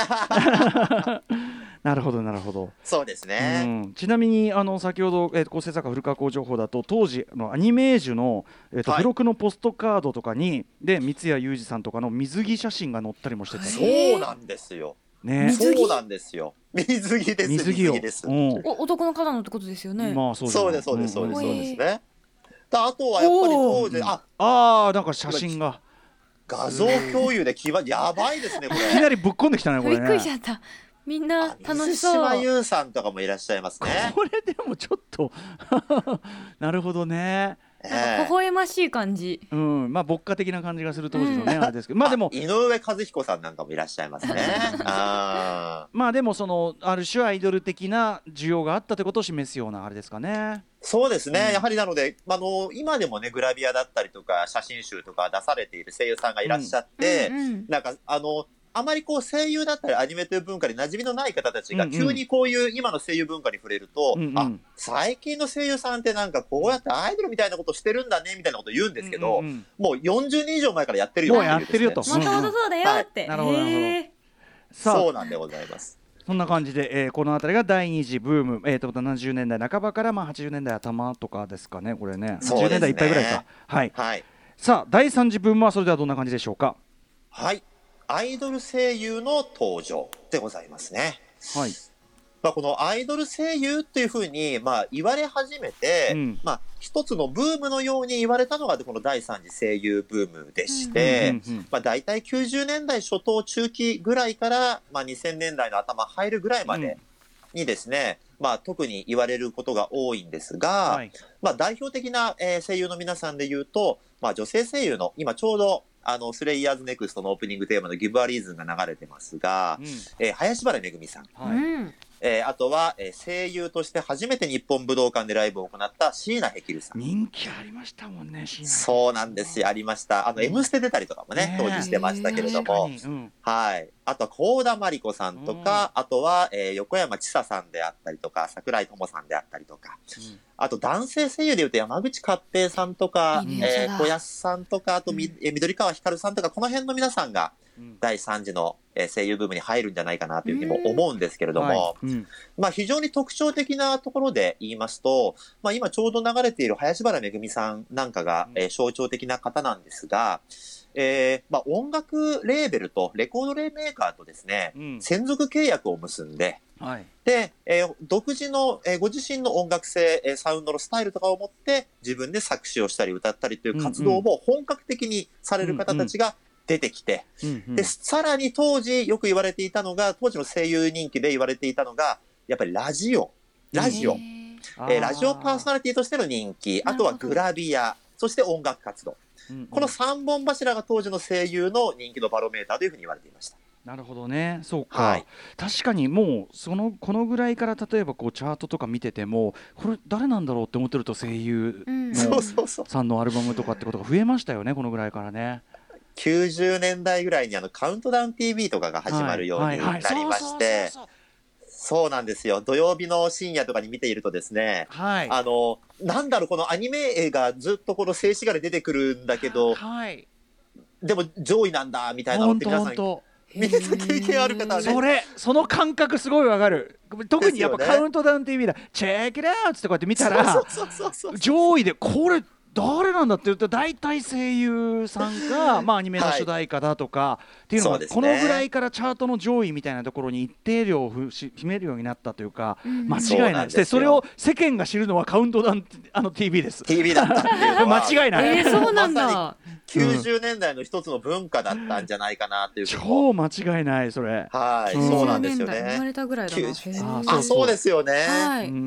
なるほどなるほど。 そうですね。 うん、ちなみにあの先ほど、えー、構成作家古川工情報だと当時のアニメージュの、えーとはい、付録のポストカードとかにで三谷裕二さんとかの水着写真が載ったりもしてた。 そうなんですよ。 ね、 そうなんですよ。水着です。 水着を。 水着です。 お男の方のってことですよね。 まあそうそうですそうですそうですそうですね。あとはやっぱり当時、ああなんか写真が画像共有できわやばいですねこれ。 いきなりぶっこんできたねこれね。 びっくりしちゃった。みんな楽しそう。 水島優さんとかもいらっしゃいますね。 これでもちょっとなるほどね。 なんか微笑ましい感じ、 うん、まあ牧歌的な感じがする当時のね、うん、あれですけど、まあでも井上和彦さんなんかもいらっしゃいますね。あまあでもそのある種アイドル的な需要があったということを示すようなあれですかね。 そうですね、 うん、 やはりなので、あの今でもねグラビアだったりとか写真集とか出されている声優さんがいらっしゃって、うんうんうん、なんかあのあまりこう声優だったりアニメという文化に馴染みのない方たちが急にこういう今の声優文化に触れると、うんうん、あ最近の声優さんってなんかこうやってアイドルみたいなことしてるんだねみたいなこと言うんですけど、うんうん、もうよんじゅうねん以上前からやってるよ、 もうやってるよと、 もともとそうだよって、はい、 なるほどなるほど。 さあそうなんでございます。 そんな感じで、えー、このあたりが第二次ブーム、えー、とななじゅうねんだいなかばからまあはちじゅうねんだい頭とかですかねこれね。はちじゅうねんだいいっぱいぐらいか、はいはい、さあだいさん次ブームはそれではどんな感じでしょうか。 はい、アイドル声優の登場でございますね。はい。まあ、このアイドル声優っていうふうに、まあ、言われ始めて、うん、まあ、一つのブームのように言われたのがこのだいさん次声優ブームでして、うんうんうん、まあ、大体きゅうじゅうねんだい初頭中期ぐらいから、まあ、にせんねんだいの頭入るぐらいまでにですね、うん、まあ、特に言われることが多いんですが、はい、まあ、代表的な、えー、声優の皆さんで言うと、まあ、女性声優の今ちょうどあのスレイヤーズネクストのオープニングテーマのギブアリーズンが流れてますが、うん、えー、林原めぐみさん、はい、えー、あとは、えー、声優として初めて日本武道館でライブを行った椎名ヘキルさん。 人気ありましたもんね。椎名そうなんですよ、ありました。あの、うん、M ステ出たりとかもね、当時してましたけれども、うん、はい。あとは幸田真理子さんとか、うん、あとは、えー、横山千沙さんであったりとか、桜井智さんであったりとか、うん、あと男性声優でいうと山口勝平さんとか、えー、小安さんとか、あとみ、えー、緑川光さんとか、この辺の皆さんが、うん、だいさん次の、えー、声優ブームに入るんじゃないかなというふうにも思うんですけれども、はいうん、まあ非常に特徴的なところで言いますと、まあ今ちょうど流れている林原めぐみさんなんかが、えー、象徴的な方なんですが、えーまあ、音楽レーベルとレコードレーメーカーとですね、うん、専属契約を結んで、はい、で、えー、独自の、えー、ご自身の音楽性、えー、サウンドのスタイルとかを持って自分で作詞をしたり歌ったりという活動を本格的にされる方たちが出てきて、うんうん、でさらに当時よく言われていたのが、当時の声優人気で言われていたのがやっぱりラジオラジオ、えー、ラジオパーソナリティとしての人気、あとはグラビア、そして音楽活動、うんうん、このさんぼん柱が当時の声優の人気のバロメーターというふうに言われていました。 なるほどね、そうか、はい、確かにもうそのこのぐらいから例えばこうチャートとか見ててもこれ誰なんだろうって思ってると声優のさんのアルバムとかってことが増えましたよね、このぐらいからね。 きゅうじゅうねんだいぐらいにあのカウントダウン ティーブイ とかが始まるようになりまして、そうなんですよ。土曜日の深夜とかに見ているとですね、はい、あのなんだろう、このアニメ映画ずっとこの静止画で出てくるんだけど、はい、でも上位なんだみたいなのって皆さん見てた経験ある方はね、 それその感覚すごいわかる。特にやっぱカウントダウン ティーブイ だ、チェックイットアウトってこうやって見たら上位でこれ誰なんだって言うと大体声優さんが、まあ、アニメの主題歌だとか、はい、っていうのがこのぐらいからチャートの上位みたいなところに一定量を秘めるようになったというか、うん、間違いないです。でそれを世間が知るのはカウントダウンあの ティーブイ です。 ティーブイ だったっていうのは間違いない、 えー、そうなんだ。 まきゅうじゅうねんだいの一つの文化だったんじゃないかなっていう、 超間違いないそれ。 はい、うん、そうなんですよね。 生まれたぐらいだな。 ああ、そうですよね。 はい、うんうんうん、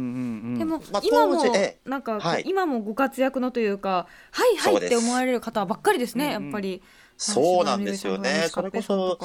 でも、まあ、今もなんか、はい、今もご活躍のというか、はいはいって思われる方ばっかりですね、やっぱり。 そうなんですよね。それこそ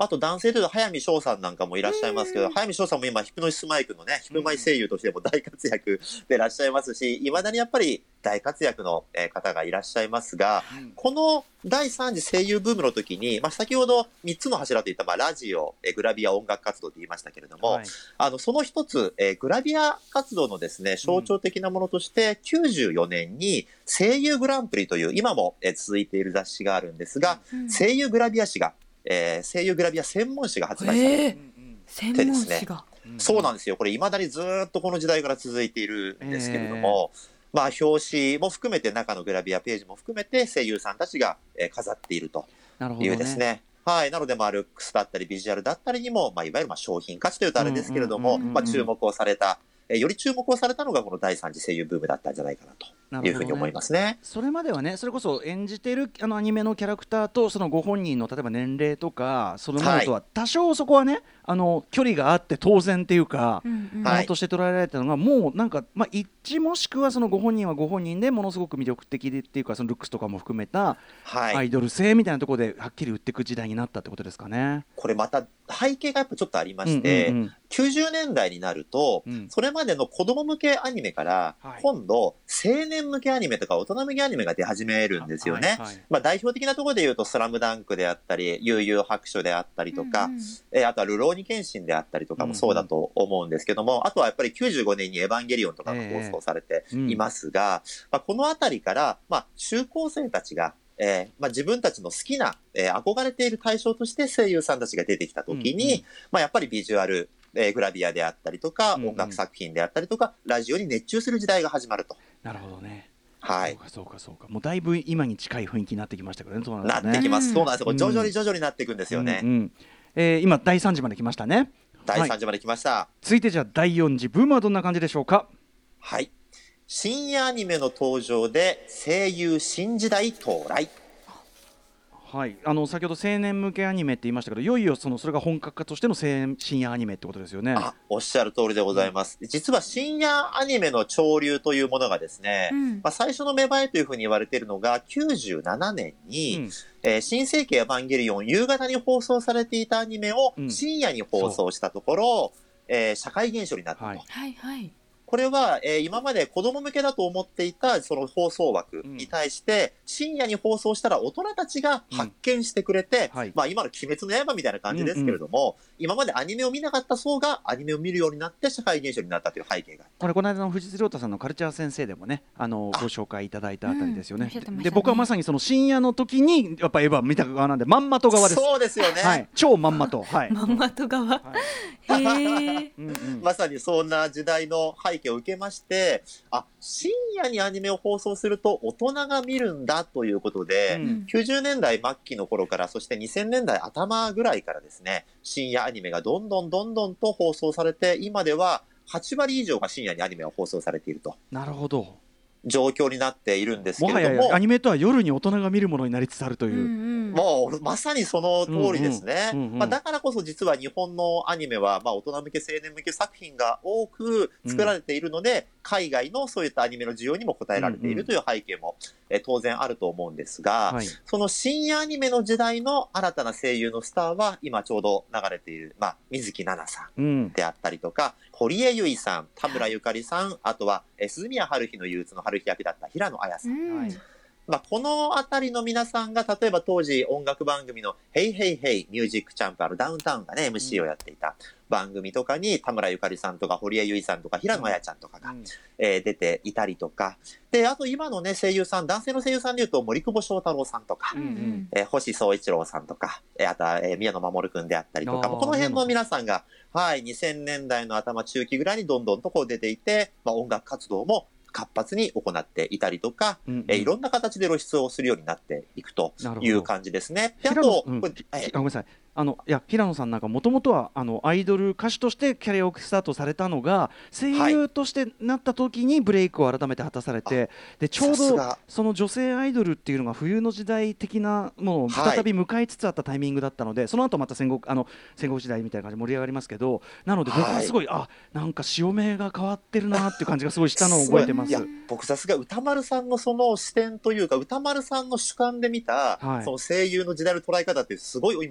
あと男性でいうと早見翔さんなんかもいらっしゃいますけど、早見翔さんも今ヒプノシスマイクのね、ヒプマイ声優としても大活躍でいらっしゃいますし、いまだにやっぱり大活躍の方がいらっしゃいますが、うん、このだいさん次声優ブームの時に、まあ、先ほどみっつの柱といった、まあ、ラジオ、グラビア音楽活動と言いましたけれども、はい、あのその一つ、えー、グラビア活動のですね、象徴的なものとして、きゅうじゅうよねんに声優グランプリという今も続いている雑誌があるんですが、うん、声優グラビア誌が、えー、声優グラビア専門誌が発売されてですね、そうなんですよ。これ未だにずっとこの時代から続いているんですけれども、えーまあ、表紙も含めて中のグラビアページも含めて声優さんたちが飾っているというですね。はい。なので、まあ、ルックスだったりビジュアルだったりにも、まあ、いわゆるまあ商品価値というとあれですけれども、まあ、注目をされた、より注目をされたのがこのだいさん次声優ブームだったんじゃないかなというふうに思いますね。ねそれまではね、それこそ演じているあのアニメのキャラクターとそのご本人の例えば年齢とかそのものとは多少そこはね、はい、あの距離があって当然っていうか、うんうん、ものとして捉えられたのが、もうなんか、まあ、一致もしくはそのご本人はご本人でものすごく魅力的でっていうか、そのルックスとかも含めたアイドル性みたいなところではっきり売っていく時代になったってことですかね。 これまた背景がやっぱちょっとありまして、うんうんうん、きゅうじゅうねんだいになると、うん、それまでの子供向けアニメから、はい、今度青年向けアニメとか大人向けアニメが出始めるんですよね。はいはい、まあ、代表的なところで言うとスラムダンクであったり悠々白書であったりとか、うんうん、えあとはルローニケンシンであったりとかもそうだと思うんですけども、うんうん、あとはやっぱりきゅうじゅうごねんにエヴァンゲリオンとかが放送されていますが、えーうんまあ、このあたりから、まあ、中高生たちがえーまあ、自分たちの好きな、えー、憧れている対象として声優さんたちが出てきたときに、うんうんまあ、やっぱりビジュアル、えー、グラビアであったりとか、うんうん、音楽作品であったりとかラジオに熱中する時代が始まると。 なるほどね。 はい、 そうかそうかそうか。もうだいぶ今に近い雰囲気になってきましたからね。そうなんですね。 なってきます。そうなんですよ。徐々に徐々になっていくんですよね。 うんうんえー、今だいさん次まで来ましたね。 だいさん次まで来ました。はい、 続いてじゃあだいよん次ブームはどんな感じでしょうか。 はい。深夜アニメの登場で声優新時代到来。 はい、あの先ほど青年向けアニメって言いましたけど、いよいよそのそれが本格化としての深夜アニメってことですよね。 あ、おっしゃる通りでございます、うん、実は深夜アニメの潮流というものがですね、うんまあ、最初の芽生えというふうに言われているのがきゅうじゅうななねんに、うんえー、新世紀エヴァンゲリオン夕方に放送されていたアニメを深夜に放送したところ、うんえー、社会現象になったと、はいはいはいこれは、えー、今まで子供向けだと思っていたその放送枠に対して、うん、深夜に放送したら大人たちが発見してくれて、うんはいまあ、今の鬼滅の刃みたいな感じですけれども、うんうん、今までアニメを見なかった層がアニメを見るようになって社会現象になったという背景があった。 これこの間の藤津亮太さんのカルチャー先生でもねあのご紹介いただいたあたりですよね。うん、で、ね、僕はまさにその深夜の時にやっぱエヴァ見た側なんでまんまと側です。 そうですよね、 はい、超まんまと、はい、 まんまと側、はい、へーうん、うん、まさにそんな時代の背景を受けましてあ深夜にアニメを放送すると大人が見るんだということで、うん、きゅうじゅうねんだい末期の頃からそしてにせんねんだい頭ぐらいからですね深夜アニメがどんどんどんどんと放送されて今でははちわり以上が深夜にアニメが放送されていると。 なるほど状況になっているんですけれども、 もはやアニメとは夜に大人が見るものになりつつあるという、うんうん、 もうまさにその通りですね、うんうんまあ、だからこそ実は日本のアニメはまあ大人向け青年向け作品が多く作られているので、うん、海外のそういったアニメの需要にも応えられているという背景も、うんうん、え当然あると思うんですが、はい、その深夜アニメの時代の新たな声優のスターは今ちょうど流れている、まあ、水木奈々さんであったりとか、うん、堀江由衣さん、田村ゆかりさん、あとは鈴宮春日の憂鬱の春日役だった平野綾さん、うんまあ、このあたりの皆さんが例えば当時音楽番組のヘイヘイヘイミュージックチャンプあのダウンタウンがね エムシー をやっていた番組とかに田村ゆかりさんとか堀江由衣さんとか平野綾ちゃんとかが、うんえー、出ていたりとかであと今のね声優さん男性の声優さんでいうと森久保祥太郎さんとか、うんうんえー、星宗一郎さんとか、えー、あとは、えー、宮野真守くんであったりとかこの辺の皆さんが、はい、にせんねんだいの頭中期ぐらいにどんどんとこう出ていて、まあ、音楽活動も活発に行っていたりとか、うんうんえー、いろんな形で露出をするようになっていくという感じですね。であと、うんこれえー、 ごめんなさいあのいや平野さんなんかもともとはあのアイドル歌手としてキャリアをスタートされたのが声優としてなった時にブレイクを改めて果たされて、はい、でちょうどその女性アイドルっていうのが冬の時代的なものを再び迎えつつあったタイミングだったので、はい、その後また戦国あの戦国時代みたいな感じで盛り上がりますけどなので僕はすごい、はい、あなんか潮目が変わってるなっていう感じがすごいしたのを覚えてます。 いや僕さすが歌丸さんのその視点というか歌丸さんの主観で見た、はい、その声優の時代の捉え方ってすごい今面白いな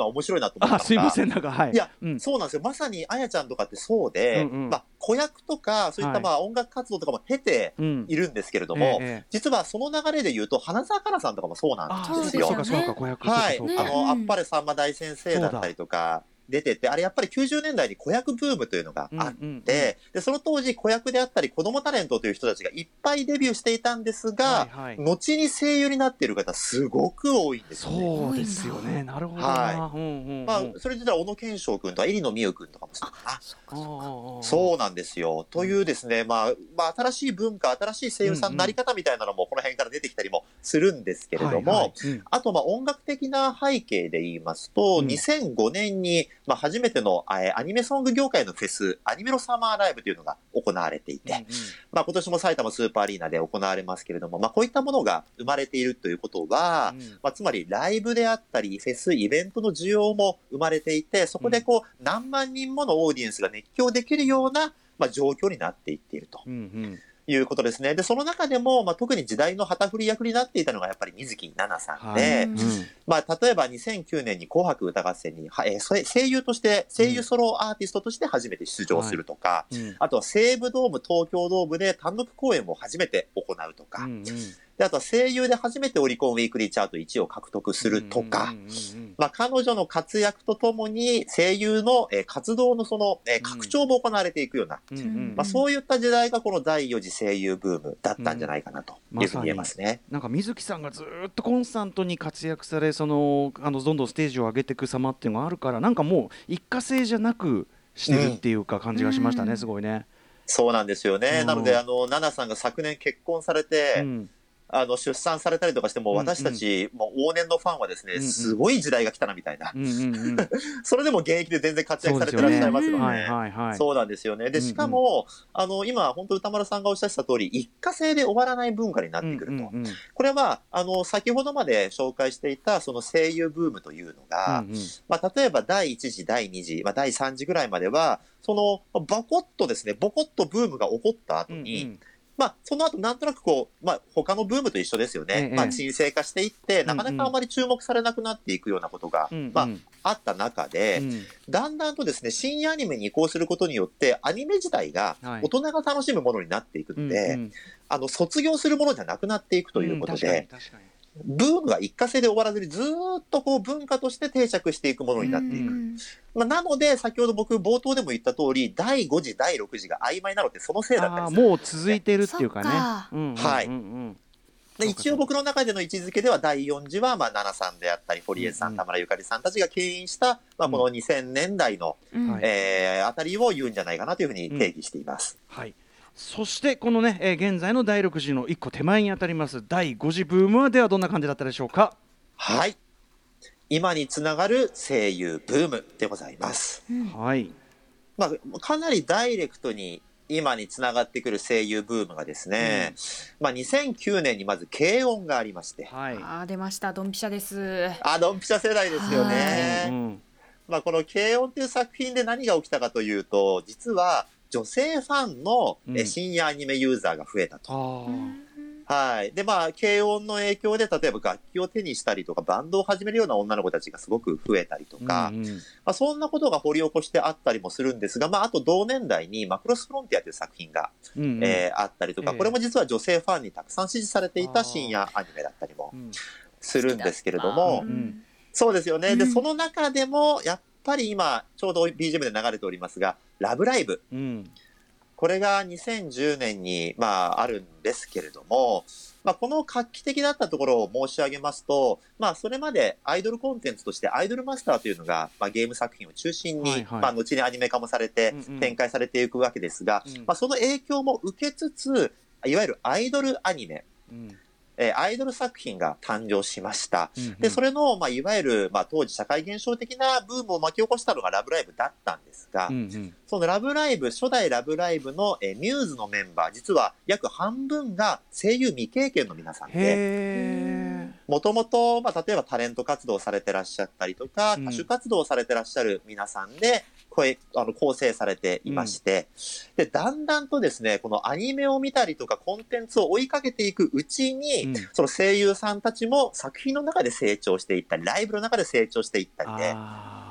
なと思ったのが、 あすいませんなんかはいいや、 うん、 そうなんですよ。まさにあやちゃんとかってそうで、 うんうん、 まあ、子役とかそういったまあ音楽活動とかも経ているんですけれども、 うんええ、 実はその流れで言うと花澤香菜さんとかもそうなんですよ。 そうかそうか子役とかはい、 そうか、 あの、うん、あっぱれさんま大先生だったりとか出てて、あれやっぱりきゅうじゅうねんだいに子役ブームというのがあって、うんうんうん、でその当時子役であったり子供タレントという人たちがいっぱいデビューしていたんですが、はいはい、後に声優になっている方すごく多いんですよね。 そうですよね。なるほどな。 はい。 うんうんうん、 まあそれ実は小野賢章君とか入野美優君とかもそうかな。そうそうなんですよ。というですね、まあ、まあ新しい文化、新しい声優さんのなり方みたいなのもこの辺から出てきたりもするんですけれども、はいはいうん、あとまあ音楽的な背景で言いますと、うん、にせんごねんにまあ初めてのアニメソング業界のフェス、アニメロサマーライブというのが行われていて、うんうん、まあ今年も埼玉スーパーアリーナで行われますけれども、まあこういったものが生まれているということは、うんまあ、つまりライブであったり、フェス、イベントの需要も生まれていて、そこでこう何万人ものオーディエンスが熱狂できるような、まあ、状況になっていっていると。うんうんいうことですね。で、その中でも、まあ、特に時代の旗振り役になっていたのがやっぱり水木奈々さんで、はいうんまあ、例えばにせんきゅうねんに紅白歌合戦に、えー、声優として、声優ソロアーティストとして初めて出場するとか、うんはい、あとは西武ドーム、東京ドームで単独公演を初めて行うとか、うんうんであとは声優で初めてオリコンウィークリーチャートいちいを獲得するとか、まあ、彼女の活躍とともに声優の活動のその拡張も行われていくような、うんうんまあ、そういった時代がこのだいよ次声優ブームだったんじゃないかなというふうに言えますね。うんま、 なんか水木さんがずっとコンスタントに活躍されそのあのどんどんステージを上げていく様っていうのがあるからなんかもう一過性じゃなくしてるっていうか感じがしましたね、うん、すごいね。 そうなんですよね。なのであの奈々さんが昨年結婚されて、うんあの出産されたりとかしても私たち、うんうん、もう往年のファンはですね、うんうん、すごい時代が来たなみたいな、うんうんうん、それでも現役で全然活躍されてらっしゃいますので、そうですよね、はいはいはい、そうなんですよね。でしかも、うんうん、あの今本当歌丸さんがおっしゃってた通り一過性で終わらない文化になってくると、うんうんうん、これはあの先ほどまで紹介していたその声優ブームというのが、うんうんまあ、例えばだいいち次だいに次、まあ、だいさん次ぐらいまではそのバコッとですねボコッとブームが起こった後に、うんうんまあ、その後なんとなくこう、まあ、他のブームと一緒ですよね。ええ、まあ、沈静化していって、なかなかあまり注目されなくなっていくようなことが、うんうん、まあ、あった中で、うん、だんだんとですね、深夜アニメに移行することによって、アニメ自体が大人が楽しむものになっていくので、はいうんうん、あの、卒業するものじゃなくなっていくということで、うん、確かに確かにブームが一過性で終わらずにずっとこう文化として定着していくものになっていく。まあ、なので先ほど僕冒頭でも言った通りだいご次だいろく次が曖昧なのってそのせいだったりするんです、ね、 もう続いてるっていうかね。かうんうんうんうん、はい。で一応僕の中での位置づけではだいよん次はまあ奈々さんであったり堀江さん、うんうん、田村ゆかりさんたちが牽引した、まあ、このにせんねんだいの、うんえー、あたりを言うんじゃないかなというふうに定義しています。 うん、はい。そしてこのね、えー、現在のだいろく次のいっこ手前にあたりますだいご次ブームはではどんな感じだったでしょうか。 はい、今につながる声優ブームでございます、うんはいまあ、かなりダイレクトに今につながってくる声優ブームがですね、うんまあ、にせんきゅうねんにまず軽音がありまして、 はい、あ出ましたドンピシャです。 あドンピシャ世代ですよね、うんまあ、この軽音という作品で何が起きたかというと実は女性ファンの深夜アニメユーザーが増えたと、うん、はいでまあ軽音の影響で例えば楽器を手にしたりとかバンドを始めるような女の子たちがすごく増えたりとか、うんうんまあ、そんなことが掘り起こしてあったりもするんですが、まあ、あと同年代にマクロスフロンティアという作品が、うんうんえー、あったりとか、えー、これも実は女性ファンにたくさん支持されていた深夜アニメだったりもするんですけれども、うん、そうですよね、うん、でその中でもやっぱり今ちょうど ビージーエム で流れておりますがラブライブ、うん、これがにせんじゅうねんに、まあ、あるんですけれども、まあ、この画期的だったところを申し上げますと、まあ、それまでアイドルコンテンツとしてアイドルマスターというのが、まあ、ゲーム作品を中心に、はいはいまあ、後にアニメ化もされて展開されていくわけですが、うんうんまあ、その影響も受けつついわゆるアイドルアニメ、うんえー、アイドル作品が誕生しました。うんうん、で、それの、まあ、いわゆる、まあ、当時社会現象的なブームを巻き起こしたのがラブライブだったんですが、うんうん、そのラブライブ、初代ラブライブの、えー、ミューズのメンバー、実は約半分が声優未経験の皆さんで、もともと、まあ、例えばタレント活動されてらっしゃったりとか、歌手活動されてらっしゃる皆さんで、声あの構成されていまして、うん、でだんだんとですねこのアニメを見たりとかコンテンツを追いかけていくうちに、うん、その声優さんたちも作品の中で成長していったりライブの中で成長していったりで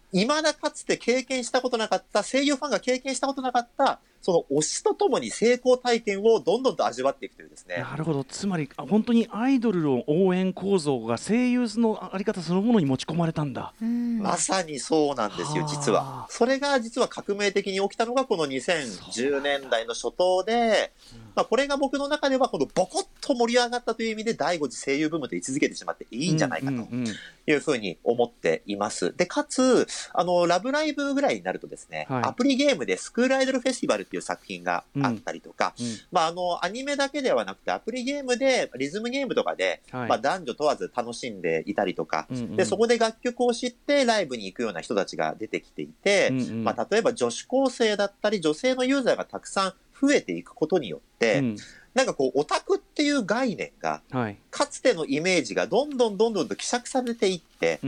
未だかつて経験したことなかった、声優ファンが経験したことなかった、その推しとともに成功体験をどんどんと味わっていくというですね。 なるほど。つまり本当にアイドルの応援構造が声優のあり方そのものに持ち込まれたんだ。 まさにそうなんですよ、実は。それが実は革命的に起きたのがこのにせんじゅうねんだいの初頭で、まあ、これが僕の中ではこのボコッと盛り上がったという意味でだいご次声優ブームと位置づけてしまっていいんじゃないかというふうに思っています。で、かつ、あの、ラブライブぐらいになるとですね、はい、アプリゲームでスクールアイドルフェスティバルっていう作品があったりとか、うんうん、まあ、あの、アニメだけではなくてアプリゲームで、リズムゲームとかで、はい、まあ、男女問わず楽しんでいたりとか、うんうん、で、そこで楽曲を知ってライブに行くような人たちが出てきていて、うんうん、まあ、例えば女子高生だったり女性のユーザーがたくさん増えていくことによって、うん、なんかこうオタクっていう概念が、はい、かつてのイメージがどんどんどんどんと希釈されていって、うん、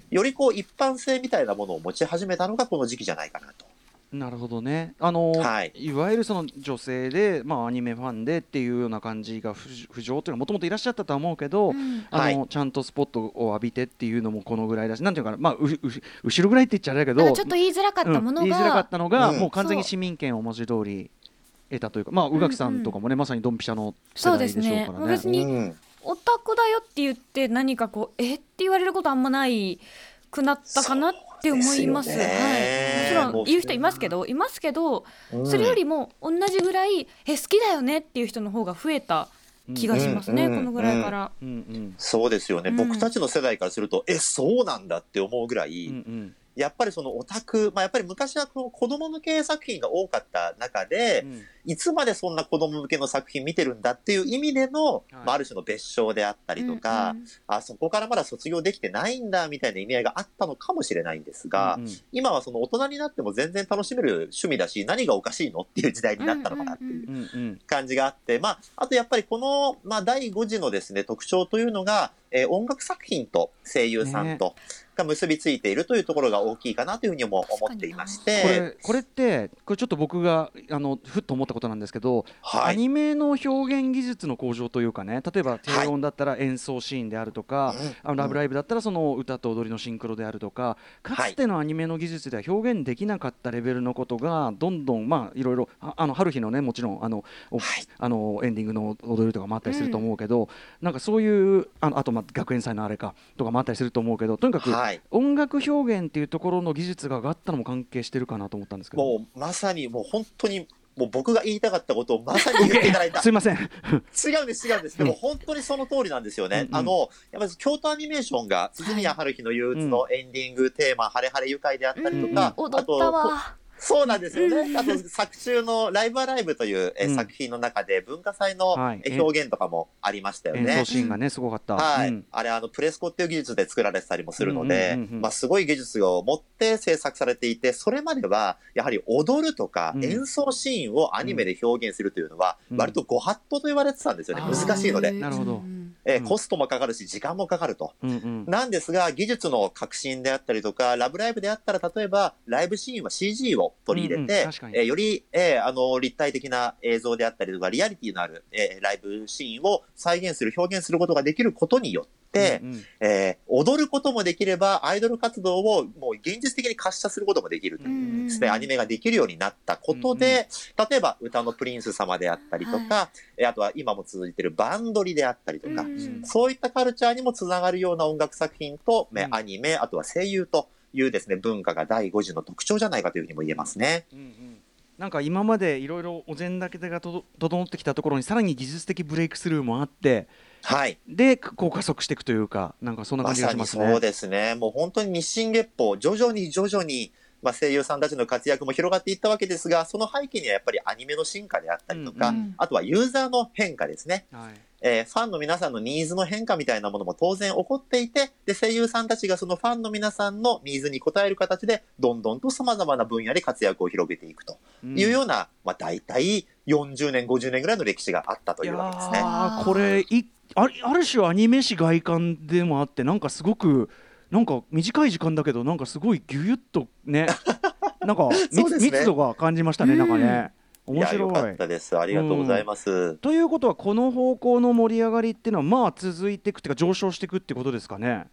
よりこう一般性みたいなものを持ち始めたのがこの時期じゃないかなと。 なるほどね。あの、はい、いわゆるその女性で、まあ、アニメファンでっていうような感じが浮上というのはもともといらっしゃったとは思うけど、うん、あのはい、ちゃんとスポットを浴びてっていうのもこのぐらいだし、なんていうかな、まあ、うう後ろぐらいって言っちゃあれだけど、 ちょっと言いづらかったものが、うん、 言いづらかったのが、うん、もう完全に市民権を文字通り得たというか、まあ、宇垣さんとかもね、うんうん、まさにドンピシャの世代でしょうからね。 そうですね。別にオタクだよって言って何かこうえって言われることあんまないくなったかなって思います。はい、もちろん言う人いますけどいますけど、うん、それよりも同じぐらいえ好きだよねっていう人の方が増えた気がしますね、うんうん、このぐらいから、うんうん、 そうですよね、うん、僕たちの世代からするとえそうなんだって思うぐらい、うんうん、やっぱりそのオタク、まあ、やっぱり昔はこの子供向け作品が多かった中で、うん、いつまでそんな子供向けの作品見てるんだっていう意味での、はい、まあ、ある種の別称であったりとか、うんうん、あそこからまだ卒業できてないんだみたいな意味合いがあったのかもしれないんですが、うんうん、今はその大人になっても全然楽しめる趣味だし何がおかしいのっていう時代になったのかなっていう感じがあって、まあ、あとやっぱりこの、まあ、だいご次のですね特徴というのが、えー、音楽作品と声優さんと、ねが結びついているというところが大きいかなというふうにも思っていまして、 これ、これってこれちょっと僕があのふっと思ったことなんですけど、はい、アニメの表現技術の向上というかね、例えば低音だったら演奏シーンであるとか、はい、あのラブライブだったらその歌と踊りのシンクロであるとか、かつてのアニメの技術では表現できなかったレベルのことがどんどんまあいろいろあの春日のねもちろんあの、はい、あのエンディングの踊りとかもあったりすると思うけど、うん、なんかそういうあのあとまあ学園祭のあれかとかもあったりすると思うけど、とにかく、はい、音楽表現っていうところの技術が上がったのも関係してるかなと思ったんですけど、 もうまさにもう本当にもう僕が言いたかったことをまさに言っていただいたすいません違うんです違うんですでも本当にその通りなんですよね、うんうん、あのやっぱり京都アニメーションが鈴宮春日の憂鬱のエンディングテーマ、うん、晴れ晴れ愉快であったりとか、 うんうん、踊ったわそうなんですよね。あと作中のライブアライブというえ、うん、作品の中で文化祭のえ表現とかもありましたよね。 演奏シーンがねすごかった。 はい。 うん、 あれあのプレスコっていう技術で作られてたりもするので、うんうんうんうん、まあすごい技術を持って制作されていて、それまではやはり踊るとか演奏シーンをアニメで表現するというのは割とご法度と言われてたんですよね。うん、難しいので。 なるほど。 えー、コストもかかるし時間もかかると、うんうん、なんですが技術の革新であったりとかラブライブであったら例えばライブシーンは シージー を取り入れて、うんうんえー、より、えー、あの立体的な映像であったりとかリアリティのある、えー、ライブシーンを再現する表現することができることによってで、うんうんえー、踊ることもできればアイドル活動をもう現実的に可視化することもできるというですね、アニメができるようになったことで、うんうん、例えば歌のプリンス様であったりとか、はい、あとは今も続いているバンドリであったりとか、うん、そういったカルチャーにもつながるような音楽作品と、うん、アニメあとは声優というですね文化がだいご次の特徴じゃないかというふうにも言えますね。うんうんなんか今までいろいろお膳立てがと整ってきたところにさらに技術的ブレイクスルーもあって、はい、でこう加速していくというかなんかそんな感じがしますね。 まさにそうですね。もう本当に日進月歩徐々に徐々に、まあ、声優さんたちの活躍も広がっていったわけですがその背景にはやっぱりアニメの進化であったりとか、うんうん、あとはユーザーの変化ですね、はいえー、ファンの皆さんのニーズの変化みたいなものも当然起こっていてで声優さんたちがそのファンの皆さんのニーズに応える形でどんどんと様々な分野で活躍を広げていくというような、うんまあ、大体よんじゅうねんごじゅうねんぐらいの歴史があったというわけですね。 あこれい あ, ある種アニメ史外観でもあってなんかすごくなんか短い時間だけどなんかすごいギュギュッとねなんか、ね、密度が感じましたね、うん、なんかね面白い。いやよかったです。ありがとうございます、うん、 ということはこの方向の盛り上がりっていうのはまあ続いていくっていうか上昇していくってことですかね。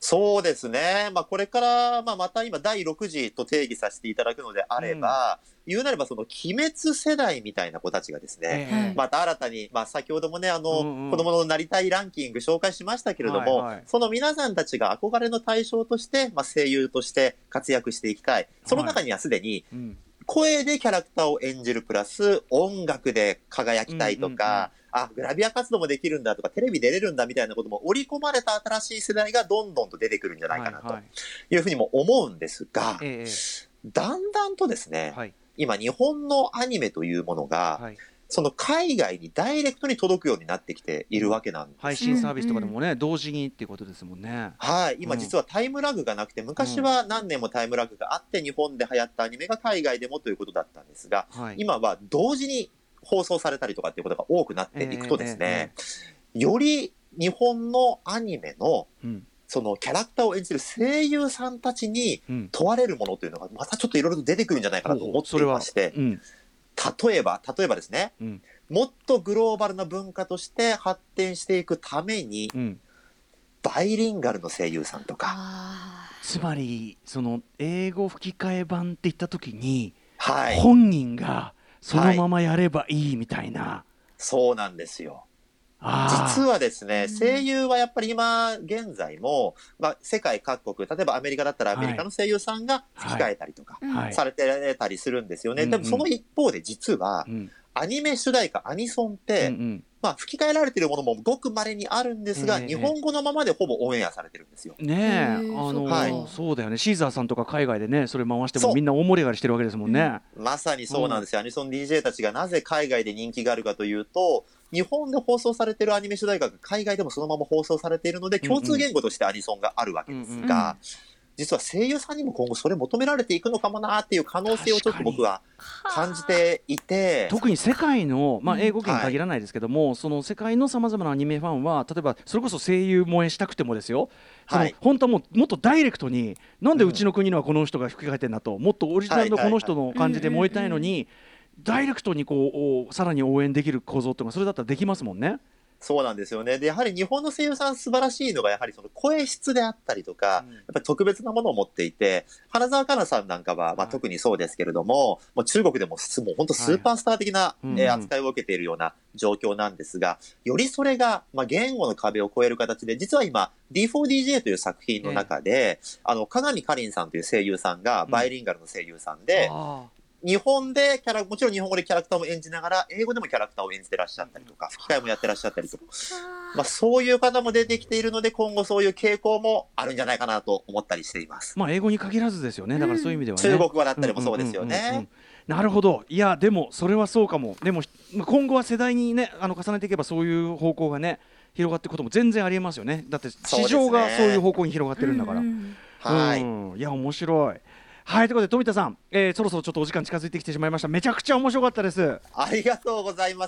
そうですね。まあ、これから、まあ、また今だいろくじと定義させていただくのであれば、うん、言うなればその鬼滅世代みたいな子たちがですね、えー、また新たに、まあ、先ほどもね、あの、うんうん、子供のなりたいランキング紹介しましたけれども、はいはい、その皆さんたちが憧れの対象として、まあ、声優として活躍していきたい。その中にはすでに、はいうん、声でキャラクターを演じるプラス音楽で輝きたいとか、うんうんうん、あ、グラビア活動もできるんだとかテレビ出れるんだみたいなことも織り込まれた新しい世代がどんどんと出てくるんじゃないかなというふうにも思うんですが、はいはい、だんだんとですね、はい、今日本のアニメというものが、はい、その海外にダイレクトに届くようになってきているわけなんです。 配信サービスとかでもね、うんうん、同時にっていうことですもんね。 はい、今実はタイムラグがなくて、昔は何年もタイムラグがあって日本で流行ったアニメが海外でもということだったんですが、はい、今は同時に放送されたりとかっていうことが多くなっていくとですね、えーえー、より日本のアニメの、うん、そのキャラクターを演じる声優さんたちに問われるものというのがまたちょっといろいろと出てくるんじゃないかなと思っていまして、うん、例えば例えばですね、うん、もっとグローバルな文化として発展していくために、うん、バイリンガルの声優さんとか、 つまりその英語吹き替え版って言った時に、はい、本人がそのままやればいいみたいな、はい、 そうなんですよ。実はですね、声優はやっぱり今現在も、まあ、世界各国、例えばアメリカだったらアメリカの声優さんが吹き替えたりとかされてたりするんですよね、はいはい、でもその一方で実は、うんうん、アニメ主題歌アニソンって、うんうんまあ、吹き替えられているものもごく稀にあるんですが、えー、日本語のままでほぼオンエアされてるんですよ。 ねえ、あのーはい、そうだよね。シーザーさんとか海外でねそれ回してもみんな大盛り上がりしてるわけですもんね。 まさにそうなんですよ、うん、アニソン ディージェー たちがなぜ海外で人気があるかというと、日本で放送されているアニメ主題歌が海外でもそのまま放送されているので、共通言語としてアニソンがあるわけですが、うんうん、実は声優さんにも今後それ求められていくのかもなっていう可能性をちょっと僕は感じていて、 特に世界の、まあ、英語圏に限らないですけども、はい、その世界のさまざまなアニメファンは例えばそれこそ声優萌えしたくてもですよ、はい、本当はもうもっとダイレクトになんでうちの国のはこの人が吹き替えてんだと、もっとオリジナルのこの人の感じで燃えたいのにダイレクトにこうさらに応援できる構造っていうのはそれだったらできますもんね。 そうなんですよね。で、やはり日本の声優さん素晴らしいのが、やはりその声質であったりとか、うん、やっぱり特別なものを持っていて、花澤香菜さんなんかは、まあ、特にそうですけれども、もう中国でももう本当スーパースター的な、はいえー、扱いを受けているような状況なんですが、よりそれが、まあ、言語の壁を越える形で、実は今、ディーフォーディージェー という作品の中で、えー、あの、鏡かりんさんという声優さんが、バイリンガルの声優さんで、うん日本でキャラ、もちろん日本語でキャラクターも演じながら、英語でもキャラクターを演じてらっしゃったりとか、吹き替えもやってらっしゃったりとか、まあそういう方も出てきているので、今後そういう傾向もあるんじゃないかなと思ったりしています。 まあ英語に限らずですよね。だからそういう意味ではね。 中国語だったりもそうですよね。 なるほど。いや、でもそれはそうかも。でも今後は世代にね、あの重ねていけばそういう方向がね、広がっていくことも全然ありえますよね。だって市場がそういう方向に広がってるんだから。はい。いや、面白い。はい、ということで富田さん、えー、そろそろちょっとお時間近づいてきてしまいました。めちゃくちゃ面白かったです。 ありがとうございます。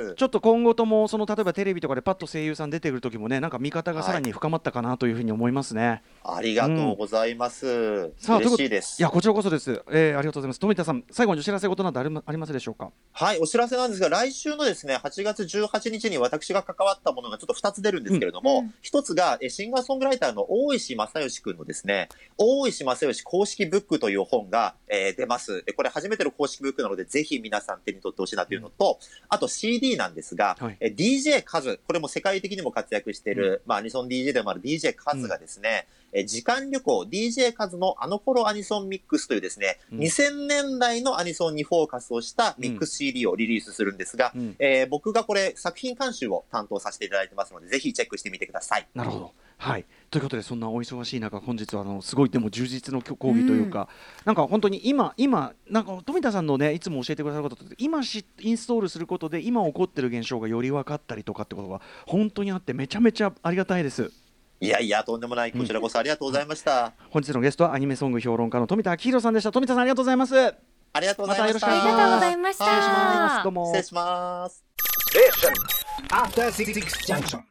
ちょっと今後ともその例えばテレビとかでパッと声優さん出てくる時もね、なんか見方がさらに深まったかなというふうに思いますね。 はい、ありがとうございます、うん、さあ嬉しいです。 いやこちらこそです、えー、ありがとうございます。富田さん、最後にお知らせ事などあり、ありますでしょうか。 はい、お知らせなんですが、来週のですねはちがつじゅうはちにちに私が関わったものがちょっとふたつ出るんですけれども、うん、ひとつがシンガーソングライターの大石正義君のですね、大石正義公式ブックという本がえー、出ます。これ初めての公式ブックなので、ぜひ皆さん手に取ってほしいなというのと、うん、あと シーディー なんですが、はい、ディージェー カズ、これも世界的にも活躍している、うん、まあアニソン ディージェー でもある ディージェー カズがですね、うん、時間旅行 ディージェー カズのあの頃アニソンミックスというですね、うん、にせんねんだいのアニソンにフォーカスをしたミックス シーディー をリリースするんですが、うんえー、僕がこれ作品監修を担当させていただいてますので、ぜひチェックしてみてください。 なるほど。はい、ということでそんなお忙しい中、本日はあのすごいでも充実の講義というか、うん、なんか本当に今今なんか富田さんのねいつも教えてくださることって、今しインストールすることで今起こってる現象がより分かったりとかってことが本当にあって、めちゃめちゃありがたいです。 いやいや、とんでもない。こちらこそありがとうございました。うん、 本日のゲストはアニメソング評論家の富田明宏さんでした。富田さん、ありがとうございます。 ありがとうございました。 またよろしくお願いします。ありがとうございました。 失礼します。どうも失礼します。